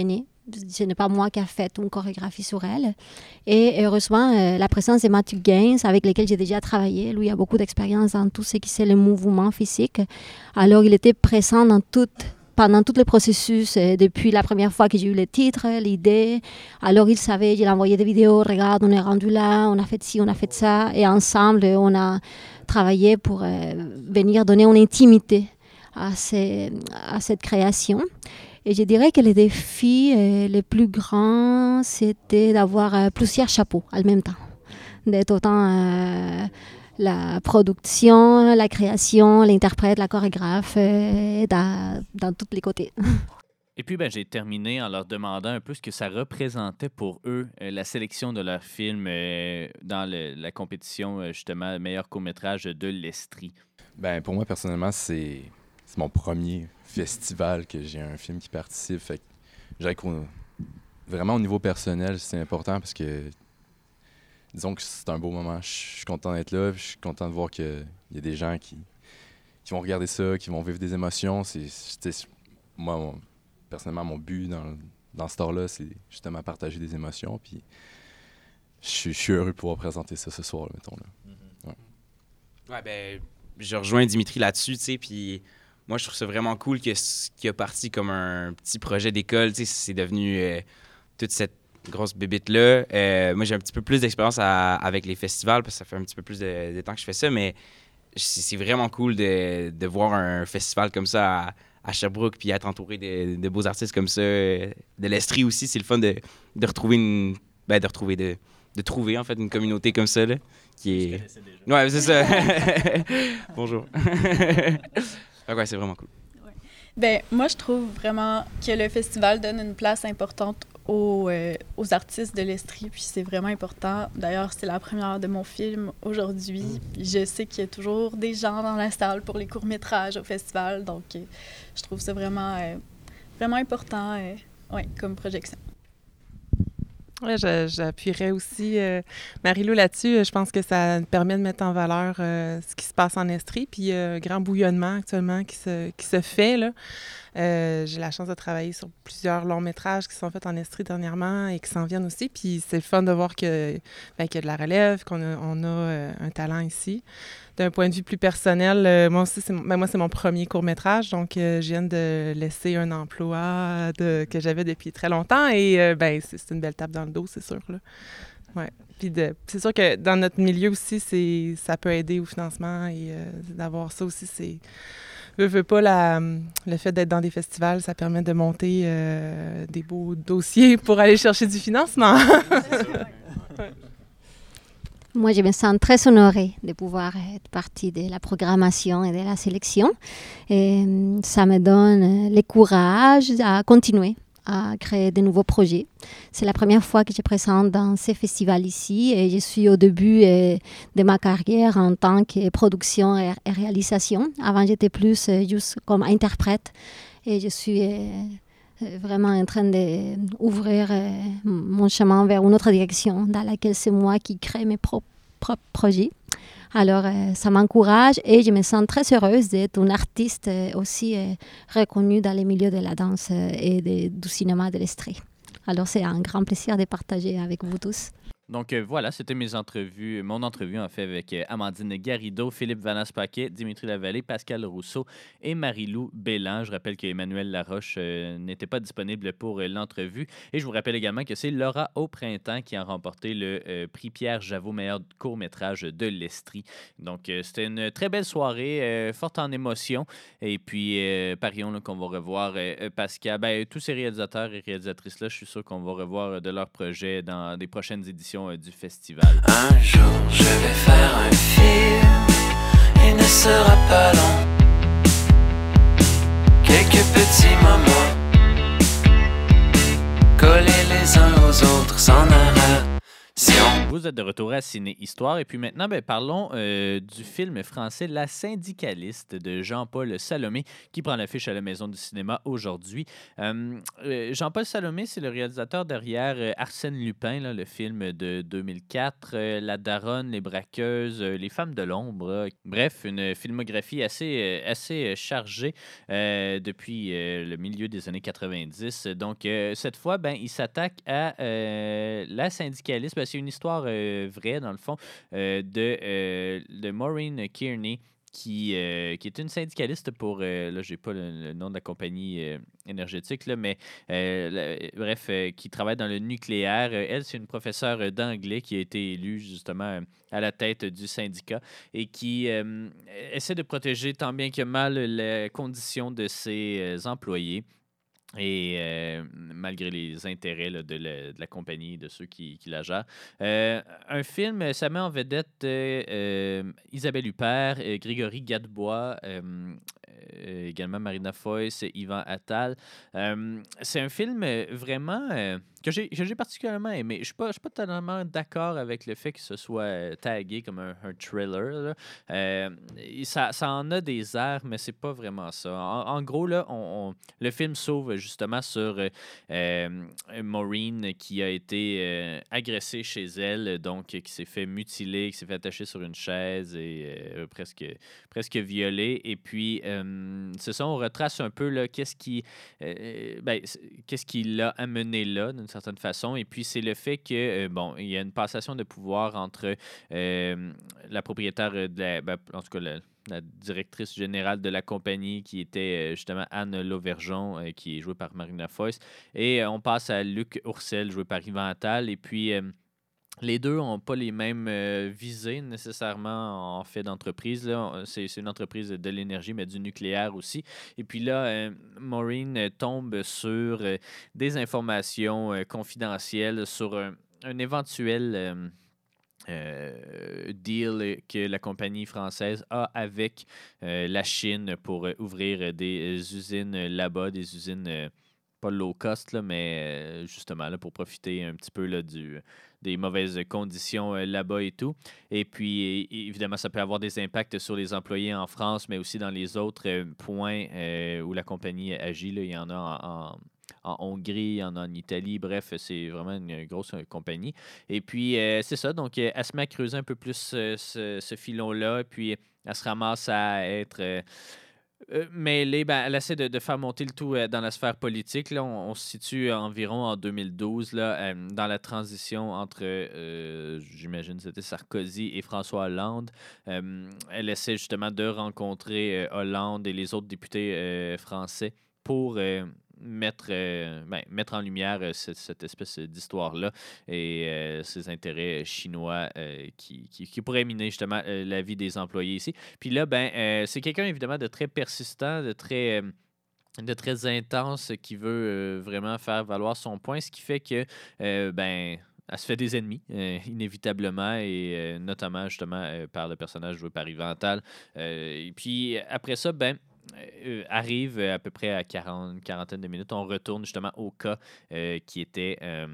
ce n'est pas moi qui ai fait une chorégraphie sur elle. Et heureusement, euh, la présence de Matthew Gaines, avec lequel j'ai déjà travaillé, lui a beaucoup d'expérience dans tout ce qui c'est le mouvement physique. Alors, il était présent dans toute, pendant tout le processus, euh, depuis la première fois que j'ai eu le titre, l'idée. Alors, il savait, il a envoyé des vidéos, regarde, on est rendu là, on a fait ci, on a fait ça. Et ensemble, on a travaillé pour euh, venir donner une intimité à, ces, à cette création. Et je dirais que les défis euh, les plus grands, c'était d'avoir euh, plusieurs chapeaux en même temps. D'être autant euh, la production, la création, l'interprète, la chorégraphe, euh, dans, dans tous les côtés. Et puis, ben, j'ai terminé en leur demandant un peu ce que ça représentait pour eux, euh, la sélection de leur film euh, dans le, la compétition, euh, justement, meilleur court-métrage de l'Estrie. Ben, pour moi, personnellement, c'est, c'est mon premier festival que j'ai un film qui participe. Fait que je dirais qu'au, vraiment au niveau personnel, c'est important parce que disons que c'est un beau moment. Je suis content d'être là, je suis content de voir qu'il y a des gens qui, qui vont regarder ça, qui vont vivre des émotions. C'est, c'est moi, mon, personnellement, mon but dans, dans ce temps-là, c'est justement partager des émotions. Puis je suis, je suis heureux de pouvoir présenter ça ce soir, mettons. Là. Mm-hmm. Ouais. Ouais, ben, je rejoins Dimitri là-dessus, tu sais, puis moi, je trouve ça vraiment cool que ce qui a parti comme un petit projet d'école, tu sais, c'est devenu euh, toute cette grosse bébite-là. Euh, moi, j'ai un petit peu plus d'expérience à, avec les festivals, parce que ça fait un petit peu plus de, de temps que je fais ça, mais c'est, c'est vraiment cool de, de voir un festival comme ça à, à Sherbrooke, puis être entouré de, de beaux artistes comme ça. De l'Estrie aussi, c'est le fun de, de retrouver une... Ben, de retrouver, de, de trouver, en fait, une communauté comme ça, là, qui est... Ouais, c'est ça. Bonjour. Donc, ouais, c'est vraiment cool. Ouais. Ben, moi, je trouve vraiment que le festival donne une place importante aux, euh, aux artistes de l'Estrie, puis c'est vraiment important. D'ailleurs, c'est la première de mon film aujourd'hui. Puis je sais qu'il y a toujours des gens dans la salle pour les courts-métrages au festival, donc euh, je trouve ça vraiment, euh, vraiment important euh, ouais, comme projection. Oui, j'appuierais aussi euh, Marie-Lou là-dessus. Je pense que ça permet de mettre en valeur euh, ce qui se passe en Estrie, puis euh, grand bouillonnement actuellement qui se, qui se fait, là. Euh, j'ai la chance de travailler sur plusieurs longs métrages qui sont faits en Estrie dernièrement et qui s'en viennent aussi. Puis c'est le fun de voir que, ben, qu'il y a de la relève, qu'on a, on a euh, un talent ici. D'un point de vue plus personnel, euh, moi aussi, c'est, ben, moi, c'est mon premier court-métrage. Donc, euh, je viens de laisser un emploi de, que j'avais depuis très longtemps. Et euh, ben, c'est, c'est une belle tape dans le dos, c'est sûr, là. Ouais. Puis de, c'est sûr que dans notre milieu aussi, c'est, ça peut aider au financement et euh, d'avoir ça aussi, c'est... Veux, veux pas, la, le fait d'être dans des festivals, ça permet de monter euh, des beaux dossiers pour aller chercher du financement. Moi, je me sens très honorée de pouvoir être partie de la programmation et de la sélection. Et ça me donne le courage à continuer à créer de nouveaux projets. C'est la première fois que je présente dans ces festivals ici et je suis au début euh, de ma carrière en tant que production et, et réalisation. Avant, j'étais plus euh, juste comme interprète et je suis euh, vraiment en train d'ouvrir euh, mon chemin vers une autre direction dans laquelle c'est moi qui crée mes propres, propres projets. Alors, euh, ça m'encourage et je me sens très heureuse d'être une artiste euh, aussi euh, reconnue dans les milieux de la danse euh, et de, du cinéma de l'Estrie. Alors, c'est un grand plaisir de partager avec vous tous. Donc euh, voilà, c'était mes entrevues, mon entrevue en fait avec euh, Amandine Garrido, Philippe Vanas-Paquet, Dimitri Lavallée, Pascal Rousseau et Marie-Lou Bélan. Je rappelle que Emmanuel Laroche euh, n'était pas disponible pour euh, l'entrevue. Et je vous rappelle également que c'est Laura Au Printemps qui a remporté le euh, prix Pierre Javeau, meilleur court-métrage de l'Estrie. Donc euh, c'était une très belle soirée, euh, forte en émotions. Et puis euh, parions là, qu'on va revoir euh, Pascal, ben, tous ces réalisateurs et réalisatrices-là, je suis sûr qu'on va revoir de leurs projets dans des prochaines éditions du festival. Un jour, je vais faire un film. Il ne sera pas long. Quelques petits moments collés les uns aux autres sans narration. Vous êtes de retour à Ciné Histoire. Et puis maintenant, ben, parlons euh, du film français La syndicaliste de Jean-Paul Salomé qui prend l'affiche à la Maison du cinéma aujourd'hui. Euh, euh, Jean-Paul Salomé, c'est le réalisateur derrière euh, Arsène Lupin, là, le film de deux mille quatre, euh, La Daronne, Les Braqueuses, euh, Les Femmes de l'ombre. Euh, bref, une filmographie assez, euh, assez chargée euh, depuis euh, le milieu des années quatre-vingt-dix. Donc, euh, cette fois, ben, il s'attaque à euh, La syndicaliste. Ben, c'est une histoire euh, vraie, dans le fond, euh, de, euh, de Maureen Kearney, qui, euh, qui est une syndicaliste pour, euh, là, j'ai pas le, le nom de la compagnie euh, énergétique, là, mais euh, la- bref, euh, qui travaille dans le nucléaire. Euh, Elle, c'est une professeure d'anglais qui a été élue justement euh, à la tête du syndicat et qui euh, essaie de protéger tant bien que mal la condition de ses euh, employés. Et euh, malgré les intérêts là, de, la, de la compagnie, de ceux qui, qui la gèrent. Euh, un film, ça met en vedette euh, euh, Isabelle Huppert, euh, Grégory Gadebois, euh, euh, également Marina Foïs, Yvan Attal. Euh, c'est un film euh, vraiment euh, que j'ai que j'ai particulièrement aimé. Je ne suis pas, je suis pas totalement d'accord avec le fait que ce soit euh, tagué comme un, un thriller. Là. Euh, et ça, ça en a des airs, mais c'est pas vraiment ça. En, en gros, là, on, on- le film s'ouvre justement sur euh, euh, Maureen qui a été euh, agressée chez elle, donc qui s'est fait mutiler, qui s'est fait attacher sur une chaise et euh, presque, presque violée. Et puis, euh, c'est ça, on retrace un peu là, qu'est-ce qui, euh, ben, c'est- qu'est-ce qui l'a amené là, d'une certaine façon. Et puis, c'est le fait que, euh, bon, il y a une passation de pouvoir entre euh, la propriétaire de la, ben, en tout cas, la, la directrice générale de la compagnie, qui était euh, justement Anne Lauvergeon, euh, qui est jouée par Marina Foïs. Et euh, on passe à Luc Ourcel, joué par Yvan Attal. Et puis, euh, les deux n'ont pas les mêmes euh, visées nécessairement en fait d'entreprise. Là. C'est, c'est une entreprise de l'énergie, mais du nucléaire aussi. Et puis là, euh, Maureen euh, tombe sur euh, des informations euh, confidentielles sur un, un éventuel euh, euh, deal que la compagnie française a avec euh, la Chine pour euh, ouvrir des euh, usines là-bas, des usines euh, pas low cost, là, mais euh, justement là, pour profiter un petit peu là, du, des mauvaises conditions euh, là-bas et tout. Et puis, é- évidemment, ça peut avoir des impacts sur les employés en France, mais aussi dans les autres euh, points euh, où la compagnie agit. Là. Il y en a en, en- en Hongrie, il y en a en Italie. Bref, c'est vraiment une grosse euh, compagnie. Et puis, euh, c'est ça. Donc, euh, elle se met à creuser un peu plus euh, ce, ce filon-là. Puis, elle se ramasse à être euh, euh, mêlée. Ben, elle essaie de, de faire monter le tout euh, dans la sphère politique. Là, on, on se situe environ en deux mille douze, là, euh, dans la transition entre, euh, j'imagine, c'était Sarkozy et François Hollande. Euh, elle essaie justement de rencontrer euh, Hollande et les autres députés euh, français pour euh, mettre, euh, ben, mettre en lumière euh, cette, cette espèce d'histoire-là et euh, ces intérêts chinois euh, qui, qui, qui pourraient miner justement euh, la vie des employés ici. Puis là, ben, euh, c'est quelqu'un évidemment de très persistant, de très... euh, de très intense, qui veut euh, vraiment faire valoir son point, ce qui fait que, euh, ben, elle se fait des ennemis, euh, inévitablement, et euh, notamment, justement, euh, par le personnage joué par Yvan Attal. Euh, et puis, après ça, ben, euh, arrive à peu près à quarante, quarantaine de minutes, on retourne justement au cas euh, qui était euh,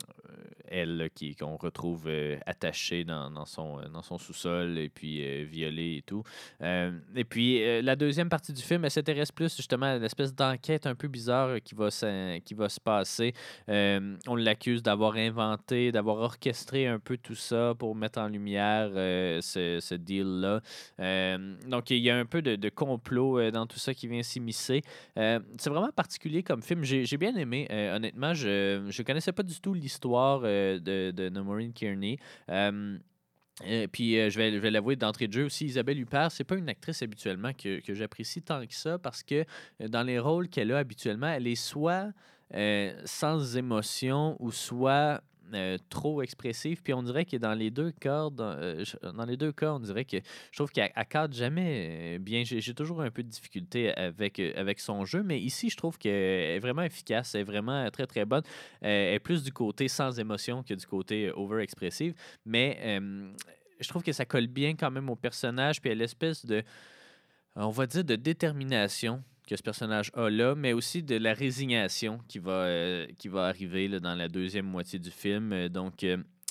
elle, là, qui, qu'on retrouve euh, attachée dans, dans son, euh, dans son sous-sol et puis euh, violée et tout. Euh, et puis, euh, la deuxième partie du film, elle s'intéresse plus justement à l'espèce d'enquête un peu bizarre euh, qui va, se- qui va se passer. Euh, on l'accuse d'avoir inventé, d'avoir orchestré un peu tout ça pour mettre en lumière euh, ce, ce deal-là. Euh, donc, il y a un peu de, de complot euh, dans tout ça qui vient s'immiscer. Euh, c'est vraiment particulier comme film. J'ai, j'ai bien aimé. Euh, honnêtement, je ne connaissais pas du tout l'histoire euh, de, de, de Maureen Kearney. Euh, euh, puis, euh, je vais, je vais l'avouer d'entrée de jeu aussi, Isabelle Huppert, c'est pas une actrice habituellement que, que j'apprécie tant que ça parce que euh, dans les rôles qu'elle a habituellement, elle est soit euh, sans émotion ou soit euh, trop expressive. Puis on dirait que dans les deux cas, dans, euh, je- dans les deux cas, on dirait que je trouve qu'elle elle cadre jamais euh, bien. J'ai, j'ai toujours un peu de difficulté avec, euh, avec son jeu, mais ici, je trouve qu'elle est vraiment efficace, elle est vraiment très, très bonne. Euh, elle est plus du côté sans émotion que du côté over-expressive, mais euh, je trouve que ça colle bien quand même au personnage, puis à l'espèce de, on va dire, de détermination que ce personnage a là, mais aussi de la résignation qui va, euh, qui va arriver là, dans la deuxième moitié du film. Euh, Donc, euh,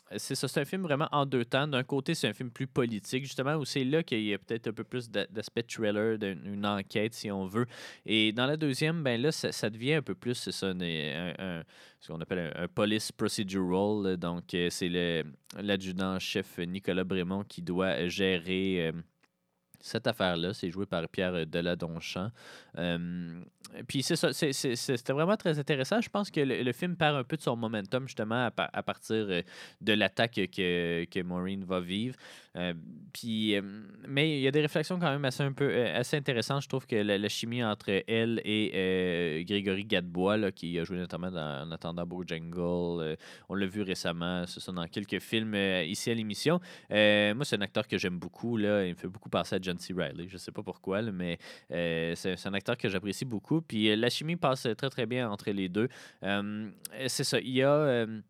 c'est ça, c'est un film vraiment en deux temps. D'un côté, c'est un film plus politique, justement, où c'est là qu'il y a peut-être un peu plus d'a- d'aspect thriller, d'une une enquête, si on veut. Et dans la deuxième, ben là, ça, ça devient un peu plus, c'est ça, des- un, un- ce qu'on appelle un, un police procedural. là. Donc, euh, c'est le- l'adjudant-chef Nicolas Brémond qui doit gérer euh, cette affaire-là. C'est joué par Pierre Deladonchamp. Euh, puis c'est ça, c'est- c'est- c'est- c'était vraiment très intéressant. Je pense que le, le film perd un peu de son momentum, justement, à, pa- à partir euh, de l'attaque que, que Maureen va vivre. Euh, puis, euh, mais il y a des réflexions quand même assez, un peu, euh, assez intéressantes. Je trouve que la, la chimie entre elle et euh, Grégory Gadebois, là, qui a joué notamment dans En attendant Bojangles, euh, on l'a vu récemment, c'est ça, dans quelques films euh, ici à l'émission. Euh, moi, c'est un acteur que j'aime beaucoup. Là. Il me fait beaucoup penser à John C. Reilly. Je ne sais pas pourquoi, là, mais euh, c'est, c'est un acteur que j'apprécie beaucoup. Puis euh, la chimie passe très, très bien entre les deux. Euh, c'est ça. Il y a... euh,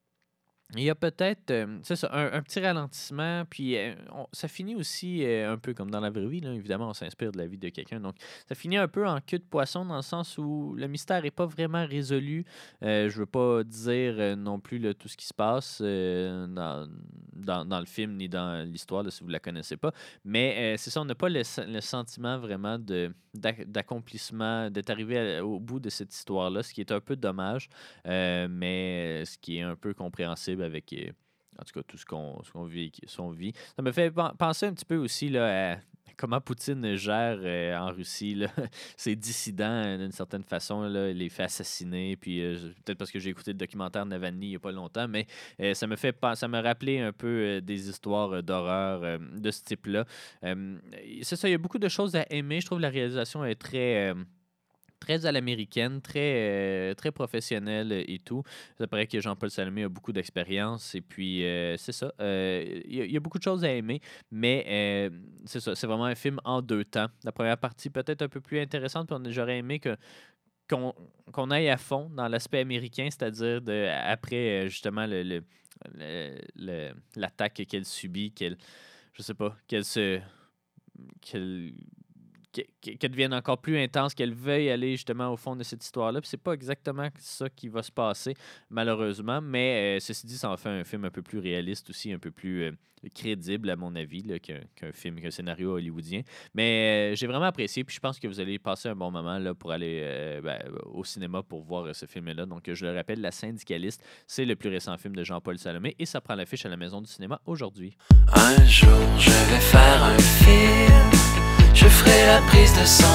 il y a peut-être euh, c'est ça, un, un petit ralentissement, puis euh, on- ça finit aussi euh, un peu comme dans la vraie vie. Là, évidemment, on s'inspire de la vie de quelqu'un. Donc, ça finit un peu en queue de poisson dans le sens où le mystère n'est pas vraiment résolu. Euh, je veux pas dire euh, non plus là, tout ce qui se passe euh, dans, dans, dans le film ni dans l'histoire, là, si vous ne la connaissez pas. Mais euh, c'est ça, on n'a pas le, sen- le sentiment vraiment de, d'ac- d'accomplissement, d'être arrivé à- au bout de cette histoire-là, ce qui est un peu dommage. Euh, mais euh, ce qui est un peu compréhensible avec, euh, en tout cas, tout ce qu'on, ce qu'on vit, ce qu'on vit. Ça me fait pen- penser un petit peu aussi là, à comment Poutine gère euh, en Russie là, ses dissidents euh, d'une certaine façon. Là, il les fait assassiner. Puis, euh, je- peut-être parce que j'ai écouté le documentaire Navalny il n'y a pas longtemps, mais euh, ça me fait pen- ça me rappelait un peu euh, des histoires euh, d'horreur euh, de ce type-là. Euh, c'est ça, il y a beaucoup de choses à aimer. Je trouve que la réalisation est très... euh, très à l'américaine, très, euh, très professionnelle et tout. Ça paraît que Jean-Paul Salomé a beaucoup d'expérience et puis euh, c'est ça. euh, Il y, a- il y a beaucoup de choses à aimer, mais euh, c'est ça. C'est vraiment un film en deux temps. La première partie peut-être un peu plus intéressante, puis on- j'aurais aimé que qu'on qu'on aille à fond dans l'aspect américain, c'est-à-dire de, après euh, justement le, le- le- le- l'attaque qu'elle subit, qu'elle, je sais pas, qu'elle se qu'elle que- que- qu'elle devienne encore plus intense, qu'elle veuille aller justement au fond de cette histoire-là. Puis c'est pas exactement ça qui va se passer, malheureusement. Mais euh, ceci dit, ça en fait un film un peu plus réaliste aussi, un peu plus euh, crédible, à mon avis, là, qu'un, qu'un film, qu'un scénario hollywoodien. Mais euh, j'ai vraiment apprécié. Puis je pense que vous allez passer un bon moment là, pour aller euh, ben, au cinéma pour voir euh, ce film-là. Donc je le rappelle, La Syndicaliste, c'est le plus récent film de Jean-Paul Salomé et ça prend l'affiche à la Maison du cinéma aujourd'hui. Un jour je vais faire un film, je ferai la prise de son,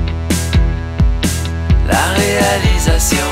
la réalisation,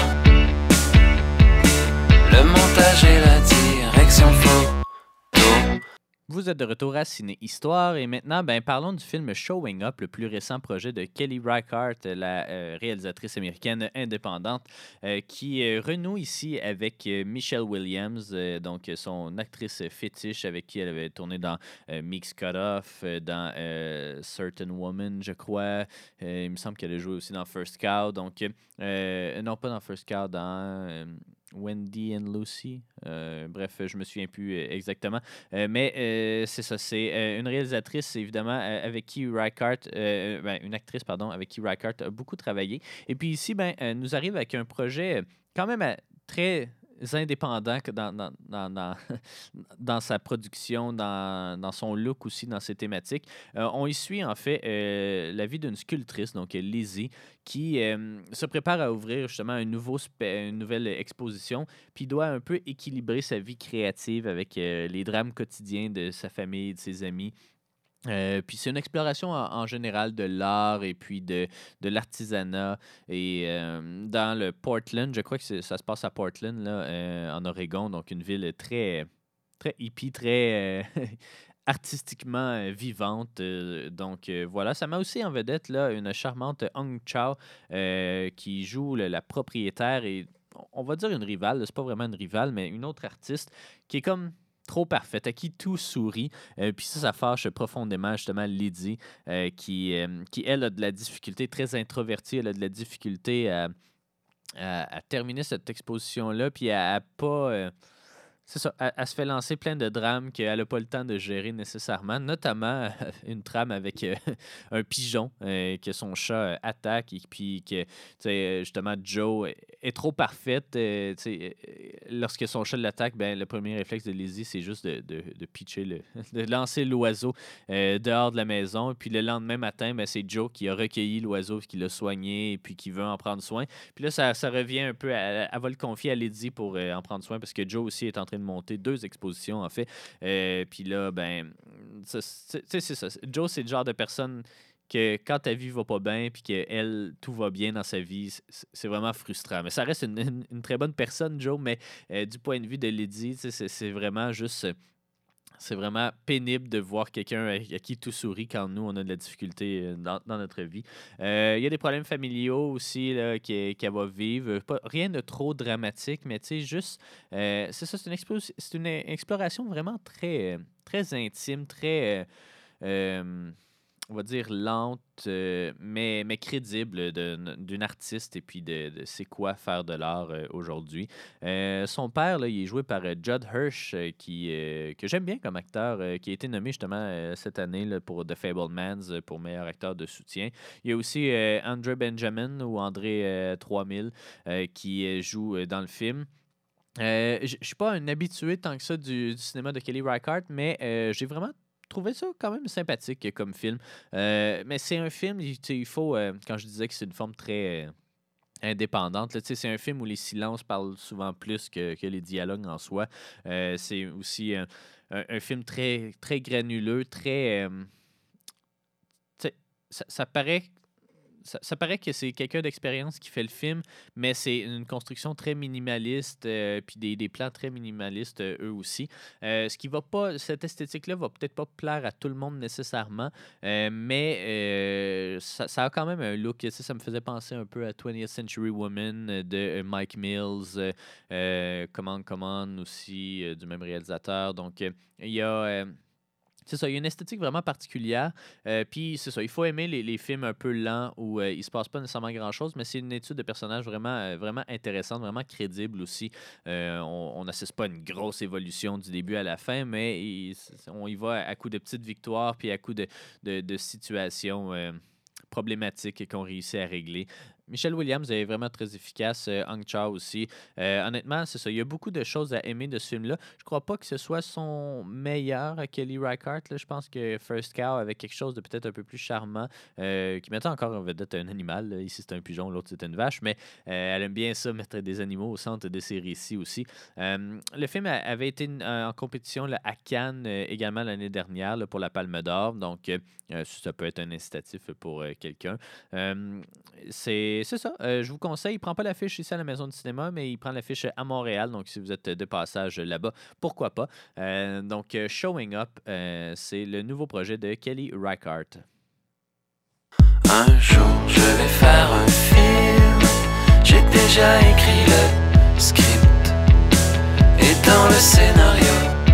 le montage et la direction photo. Vous êtes de retour à Ciné Histoire et maintenant, ben, parlons du film Showing Up, le plus récent projet de Kelly Reichardt, la euh, réalisatrice américaine indépendante, euh, qui euh, renoue ici avec euh, Michelle Williams, euh, donc son actrice fétiche avec qui elle avait tourné dans euh, Meek's Cut-Off, euh, dans euh, Certain Woman, je crois. Euh, il me semble qu'elle a joué aussi dans First Cow, donc euh, non pas dans First Cow, dans euh, Wendy and Lucy. Euh, bref, je me souviens plus euh, exactement. Euh, mais euh, c'est ça, c'est euh, une réalisatrice, évidemment, euh, avec qui Reichardt, euh, ben, une actrice, pardon, avec qui Reichardt a beaucoup travaillé. Et puis ici, ben, euh, nous arrive avec un projet euh, quand même euh, très indépendant que dans, dans, dans, dans, dans sa production, dans, dans son look aussi, dans ses thématiques. Euh, on y suit en fait euh, la vie d'une sculptrice, donc euh, Lizzie, qui euh, se prépare à ouvrir justement un nouveau spé- une nouvelle exposition, puis doit un peu équilibrer sa vie créative avec euh, les drames quotidiens de sa famille, de ses amis. Euh, puis c'est une exploration en, en général de l'art et puis de, de l'artisanat. Et euh, dans le Portland, je crois que c'est- ça se passe à Portland, là, euh, en Oregon, donc une ville très, très hippie, très euh, artistiquement euh, vivante. Euh, donc euh, voilà, ça m'a aussi en vedette là, une charmante Hong Chao euh, qui joue le- la propriétaire et on va dire une rivale, là, c'est pas vraiment une rivale, mais une autre artiste qui est comme trop parfaite, à qui tout sourit. Euh, puis ça, ça fâche profondément justement Lydie, euh, qui, euh, qui, elle, a de la difficulté, très introvertie, elle a de la difficulté à, à, à terminer cette exposition-là, puis à, à pas... euh, C'est ça. Elle, elle se fait lancer plein de drames qu'elle n'a pas le temps de gérer nécessairement, notamment une trame avec euh, un pigeon euh, que son chat euh, attaque et puis que, tu sais, justement, Joe est trop parfaite. euh, tu sais, euh, lorsque son chat l'attaque, ben, le premier réflexe de Lizzie, c'est juste de, de, de pitcher, le, de lancer l'oiseau euh, dehors de la maison. Puis le lendemain matin, ben, c'est Joe qui a recueilli l'oiseau, qui l'a soigné et puis qui veut en prendre soin. Puis là, ça, ça revient un peu, à, elle va le confier à Lizzie pour euh, en prendre soin parce que Joe aussi est en train de monter deux expositions, en fait. Euh, puis là, ben, tu sais, c'est ça. Joe, c'est le genre de personne que quand ta vie va pas bien puis qu'elle, tout va bien dans sa vie, c'est vraiment frustrant. Mais ça reste une, une, une très bonne personne, Joe, mais euh, du point de vue de Lydie, c'est vraiment juste... C'est vraiment pénible de voir quelqu'un à qui tout sourit quand nous, on a de la difficulté dans, dans notre vie. Il euh, y a des problèmes familiaux aussi qu'elle qu va vivre. Pas, rien de trop dramatique, mais tu sais, juste... Euh, c'est ça, c'est une, c'est une exploration vraiment très, très intime, très... Euh, on va dire lente, euh, mais, mais crédible d'une artiste et puis de, de c'est quoi faire de l'art euh, aujourd'hui. Euh, son père, là, il est joué par euh, Judd Hirsch, euh, qui, euh, que j'aime bien comme acteur, euh, qui a été nommé justement euh, cette année là, pour The Fabelmans euh, pour meilleur acteur de soutien. Il y a aussi euh, André Benjamin ou André euh, trois mille euh, qui euh, joue euh, dans le film. Euh, je ne suis pas un habitué tant que ça du, du cinéma de Kelly Reichardt, mais euh, j'ai vraiment trouvé ça quand même sympathique comme film. Euh, mais c'est un film, il, il faut, euh, quand je disais que c'est une forme très euh, indépendante, là, c'est un film où les silences parlent souvent plus que, que les dialogues en soi. Euh, c'est aussi un, un, un film très, très granuleux, très... Euh, ça, ça paraît... Ça, ça paraît que c'est quelqu'un d'expérience qui fait le film, mais c'est une construction très minimaliste, euh, puis des, des plans très minimalistes euh, eux aussi. Euh, ce qui va pas, cette esthétique-là va peut-être pas plaire à tout le monde nécessairement, euh, mais euh, ça, ça a quand même un look. Tu sais, ça me faisait penser un peu à twentieth Century Woman de Mike Mills, euh, Command Command aussi euh, du même réalisateur. Donc il y a euh, C'est ça, il y a une esthétique vraiment particulière. Euh, Puis c'est ça, il faut aimer les, les films un peu lents où euh, il ne se passe pas nécessairement grand-chose, mais c'est une étude de personnages vraiment, euh, vraiment intéressante, vraiment crédible aussi. Euh, on n'assiste pas à une grosse évolution du début à la fin, mais il, on y va à, à coup de petites victoires puis à coup de, de, de situations euh, problématiques qu'on réussit à régler. Michelle Williams est vraiment très efficace. Euh, Hong Chau aussi. Euh, honnêtement, c'est ça. Il y a beaucoup de choses à aimer de ce film-là. Je crois pas que ce soit son meilleur à Kelly Reichardt. Là. Je pense que First Cow avait quelque chose de peut-être un peu plus charmant, euh, qui mettait encore en vedette un animal. Là. Ici, c'est un pigeon, l'autre, c'est une vache. Mais euh, elle aime bien ça, mettre des animaux au centre de ses récits aussi. Euh, le film a, avait été en compétition là, à Cannes euh, également l'année dernière là, pour la Palme d'Or. Donc, euh, ça peut être un incitatif pour euh, quelqu'un. Euh, c'est C'est ça. Euh, je vous conseille. Il ne prend pas l'affiche ici à la Maison du cinéma, mais il prend l'affiche à Montréal. Donc, si vous êtes de passage là-bas, pourquoi pas. Euh, donc, Showing Up, euh, c'est le nouveau projet de Kelly Reichardt. Un jour, je vais faire un film. J'ai déjà écrit le script. Et dans le scénario,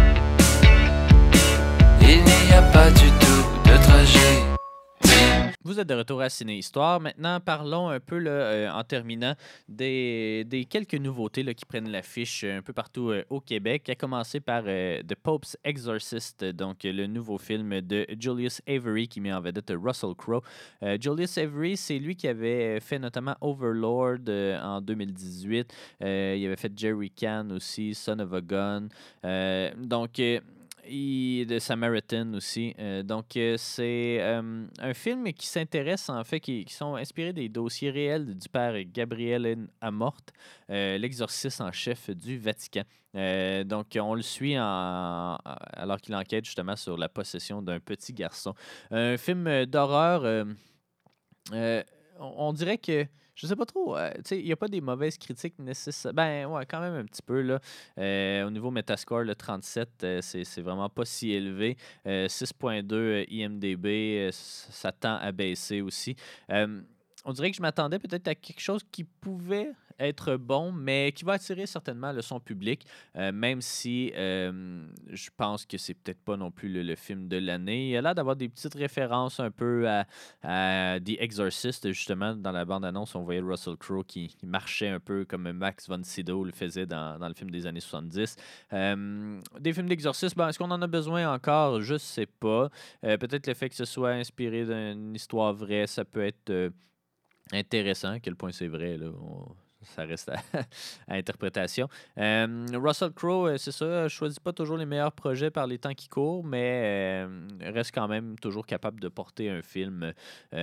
il n'y a pas du tout de trajet. Vous êtes de retour à Ciné Histoire. Maintenant, parlons un peu, là, euh, en terminant, des, des quelques nouveautés là, qui prennent l'affiche un peu partout euh, au Québec, à commencer par euh, The Pope's Exorcist, donc le nouveau film de Julius Avery qui met en vedette Russell Crowe. Euh, Julius Avery, c'est lui qui avait fait notamment Overlord euh, en deux mille dix-huit. Euh, il avait fait Jerry Can aussi, Son of a Gun. Euh, donc... Euh, Et de Samaritan aussi. Euh, donc, euh, c'est euh, un film qui s'intéresse, en fait, qui, qui sont inspirés des dossiers réels du père Gabriel Amort, euh, l'exorciste en chef du Vatican. Euh, donc, on le suit en, alors qu'il enquête justement sur la possession d'un petit garçon. Un film d'horreur, euh, euh, on, on dirait que je sais pas trop, euh, tu sais, il n'y a pas des mauvaises critiques nécessaires. Ben, ouais, quand même un petit peu, là. Euh, au niveau Metascore, le trente-sept, euh, c'est, c'est vraiment pas si élevé. Euh, six virgule deux I M D B, euh, ça tend à baisser aussi. Euh, on dirait que je m'attendais peut-être à quelque chose qui pouvait être bon, mais qui va attirer certainement le son public, euh, même si euh, je pense que c'est peut-être pas non plus le, le film de l'année. Il a l'air d'avoir des petites références un peu à, à The Exorcist, justement. Dans la bande-annonce, on voyait Russell Crowe qui, qui marchait un peu comme Max von Sydow le faisait dans, dans le film des années soixante-dix. Euh, des films d'exorcisme, ben, est-ce qu'on en a besoin encore? Je sais pas. Euh, peut-être le fait que ce soit inspiré d'une histoire vraie, ça peut être euh, intéressant. À quel point c'est vrai, là? On... Ça reste à, à interprétation. Euh, Russell Crowe, euh, c'est ça, choisit pas toujours les meilleurs projets par les temps qui courent, mais euh, reste quand même toujours capable de porter un film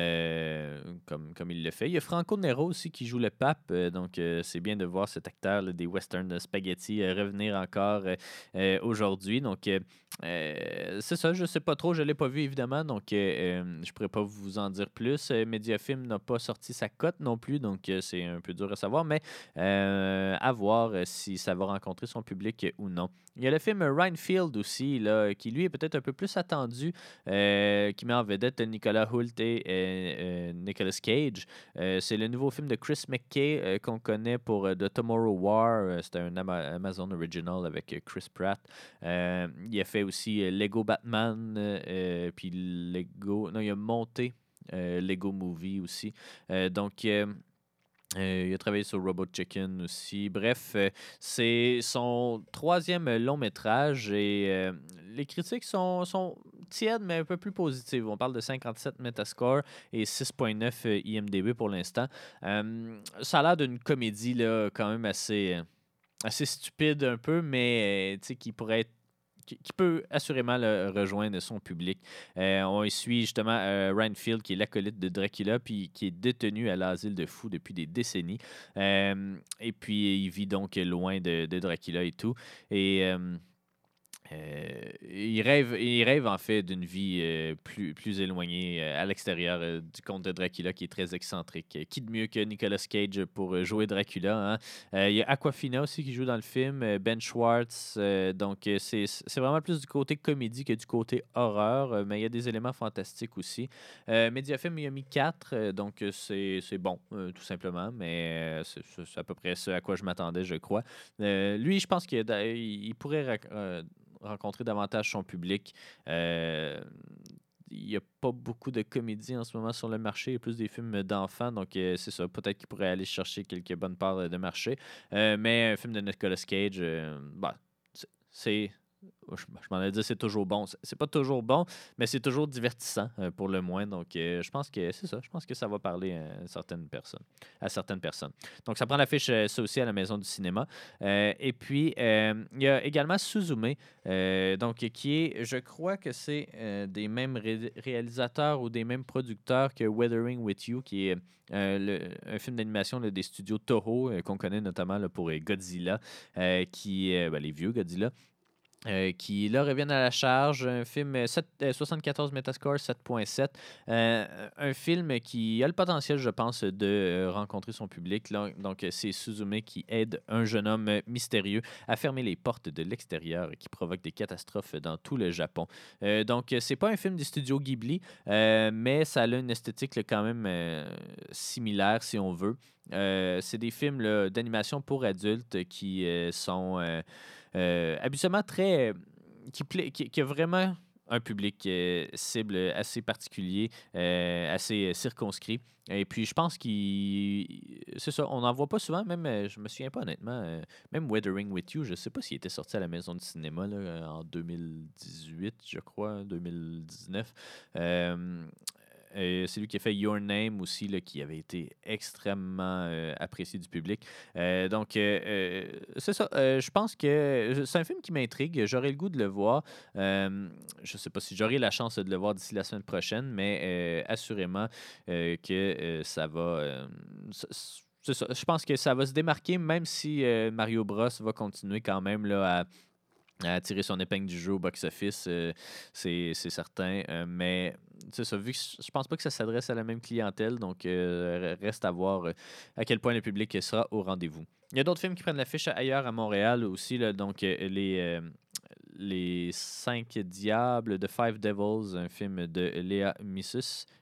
euh, comme, comme il le fait. Il y a Franco Nero aussi qui joue le pape, euh, donc euh, c'est bien de voir cet acteur là, des western spaghetti euh, revenir encore euh, euh, aujourd'hui. Donc euh, euh, c'est ça, je sais pas trop, je l'ai pas vu évidemment, donc euh, euh, je pourrais pas vous en dire plus. Euh, Mediafilm n'a pas sorti sa cote non plus, donc euh, c'est un peu dur à savoir, mais euh, à voir si ça va rencontrer son public ou non. Il y a le film Rhinefield aussi, là, qui lui est peut-être un peu plus attendu, euh, qui met en vedette Nicolas Hoult et euh, euh, Nicolas Cage. Euh, c'est le nouveau film de Chris McKay euh, qu'on connaît pour euh, The Tomorrow War. Euh, c'est un Ama- Amazon Original avec euh, Chris Pratt. Euh, il a fait aussi euh, Lego Batman, euh, puis Lego... Non, il a monté euh, Lego Movie aussi. Euh, donc... Euh, Euh, il a travaillé sur Robot Chicken aussi. Bref, euh, c'est son troisième long métrage et euh, les critiques sont, sont tièdes mais un peu plus positives. On parle de cinquante-sept Metascore et six virgule neuf I M D B pour l'instant. Euh, ça a l'air d'une comédie là, quand même assez, assez stupide un peu, mais euh, qui pourrait être qui, qui peut assurément le rejoindre son public. Euh, on y suit justement euh, Rhinefield, qui est l'acolyte de Dracula, puis qui est détenu à l'asile de fous depuis des décennies. Euh, et puis, il vit donc loin de, de Dracula et tout. Et... Euh, Euh, il, rêve, il rêve en fait d'une vie euh, plus, plus éloignée euh, à l'extérieur euh, du conte de Dracula qui est très excentrique. Qui de mieux que Nicolas Cage pour euh, jouer Dracula? Hein? Euh, il y a Aquafina aussi qui joue dans le film, euh, Ben Schwartz. Euh, donc euh, c'est, c'est vraiment plus du côté comédie que du côté horreur, euh, mais il y a des éléments fantastiques aussi. Euh, Mediafilm, il a mis quatre, euh, donc c'est, c'est bon, euh, tout simplement, mais euh, c'est, c'est à peu près ce à quoi je m'attendais, je crois. Euh, lui, je pense qu'il il pourrait... Rac- euh, rencontrer davantage son public. Euh, il n'y a pas beaucoup de comédies en ce moment sur le marché, il y a plus des films d'enfants, donc euh, c'est ça, peut-être qu'il pourrait aller chercher quelques bonnes parts de marché. Euh, mais un film de Nicolas Cage, euh, bah, c'est... c'est Je, je m'en ai dit, c'est toujours bon. C'est pas toujours bon, mais c'est toujours divertissant euh, pour le moins. Donc, euh, je pense que c'est ça. Je pense que ça va parler à certaines personnes. À certaines personnes. Donc, ça prend l'affiche, euh, ça aussi, à la Maison du cinéma. Euh, et puis, euh, il y a également Suzume, euh, donc, qui est, je crois que c'est euh, des mêmes ré- réalisateurs ou des mêmes producteurs que Weathering with You, qui est euh, le, un film d'animation là, des studios Toho, euh, qu'on connaît notamment là, pour euh, Godzilla, euh, qui est ben, les vieux Godzilla. Euh, qui là reviennent à la charge, un film sept, euh, soixante-quatorze Metascore, sept virgule sept, euh, un film qui a le potentiel, je pense, de euh, rencontrer son public. Là, donc, c'est Suzume qui aide un jeune homme mystérieux à fermer les portes de l'extérieur qui provoque des catastrophes dans tout le Japon. Euh, donc, c'est pas un film du studio Ghibli, euh, mais ça a une esthétique là, quand même euh, similaire, si on veut. Euh, c'est des films là, d'animation pour adultes qui euh, sont euh, euh, habituellement très... qui, pla- qui, qui a vraiment un public euh, cible assez particulier, euh, assez circonscrit. Et puis, je pense qu'il... C'est ça, on n'en voit pas souvent, même, euh, je me souviens pas honnêtement, euh, même Weathering with You, je sais pas s'il était sorti à la Maison du cinéma là, en deux mille dix-huit, je crois, deux mille dix-neuf. Euh, Euh, c'est lui qui a fait Your Name aussi, là, qui avait été extrêmement euh, apprécié du public. Euh, donc, euh, euh, c'est ça. Euh, je pense que c'est un film qui m'intrigue. J'aurais le goût de le voir. Euh, je ne sais pas si j'aurai la chance de le voir d'ici la semaine prochaine, mais euh, assurément euh, que euh, ça va... Euh, c'est ça. Je pense que ça va se démarquer, même si euh, Mario Bros va continuer quand même là, à à tirer son épingle du jeu au box-office, euh, c'est, c'est certain. Euh, mais c'est ça, vu que je pense pas que ça s'adresse à la même clientèle, donc euh, reste à voir euh, à quel point le public sera au rendez-vous. Il y a d'autres films qui prennent l'affiche ailleurs à Montréal aussi, là, donc euh, les... Euh, Les Cinq Diables de Five Devils, un film de Léa Missus,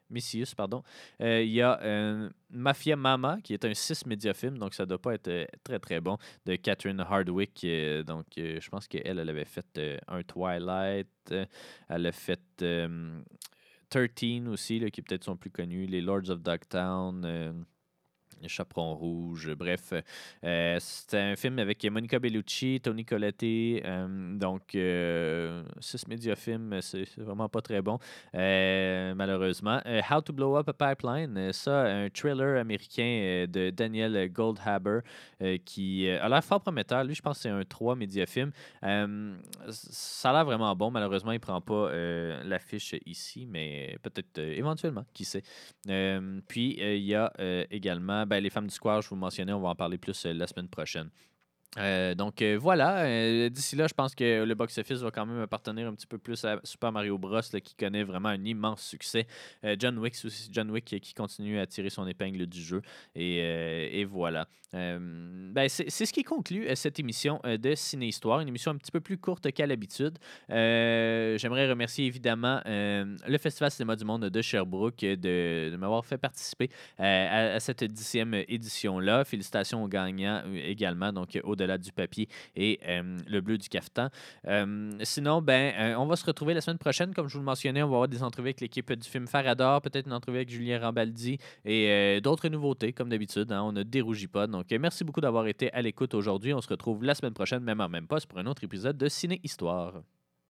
Messius, pardon. Euh, Il y a euh, Mafia Mama, qui est un six médiafilm, donc ça doit pas être euh, très, très bon, de Catherine Hardwicke. Euh, donc, euh, je pense qu'elle, elle avait fait euh, un Twilight. Euh, elle a fait euh, treize aussi, là, qui est peut-être son plus connu. Les Lords of Dogtown. Euh, Le Chaperon Rouge, bref. Euh, c'était un film avec Monica Bellucci, Tony Collette, euh, donc euh, six médiafilms, c'est c'est vraiment pas très bon, euh, malheureusement. Euh, How to Blow Up a Pipeline, euh, ça, un thriller américain euh, de Daniel Goldhaber euh, qui euh, a l'air fort prometteur. Lui, je pense que c'est un trois médiafilm. Euh, ça a l'air vraiment bon. Malheureusement, il prend pas euh, l'affiche ici, mais peut-être euh, éventuellement, qui sait. Euh, puis, il euh, y a euh, également ben, Les Femmes du Square, je vous mentionnais, on va en parler plus euh, la semaine prochaine. Euh, donc euh, voilà, euh, d'ici là, je pense que le box-office va quand même appartenir un petit peu plus à Super Mario Bros, là, qui connaît vraiment un immense succès. Euh, John Wick aussi, John Wick qui continue à tirer son épingle du jeu. Et, euh, et voilà. Euh, ben, c'est c'est ce qui conclut euh, cette émission euh, de Ciné-Histoire, une émission un petit peu plus courte qu'à l'habitude. Euh, J'aimerais remercier évidemment euh, le Festival Cinéma du Monde de Sherbrooke de, de m'avoir fait participer euh, à, à cette dixième édition-là. Félicitations aux gagnants euh, également, donc au Au-delà du papier et euh, le bleu du cafetan. Euh, sinon, ben, euh, on va se retrouver la semaine prochaine. Comme je vous le mentionnais, on va avoir des entrevues avec l'équipe du film Farador, peut-être une entrevue avec Julien Rambaldi et euh, d'autres nouveautés, comme d'habitude. Hein, on ne dérougit pas. Donc, euh, merci beaucoup d'avoir été à l'écoute aujourd'hui. On se retrouve la semaine prochaine, même en même poste, pour un autre épisode de Ciné-Histoire.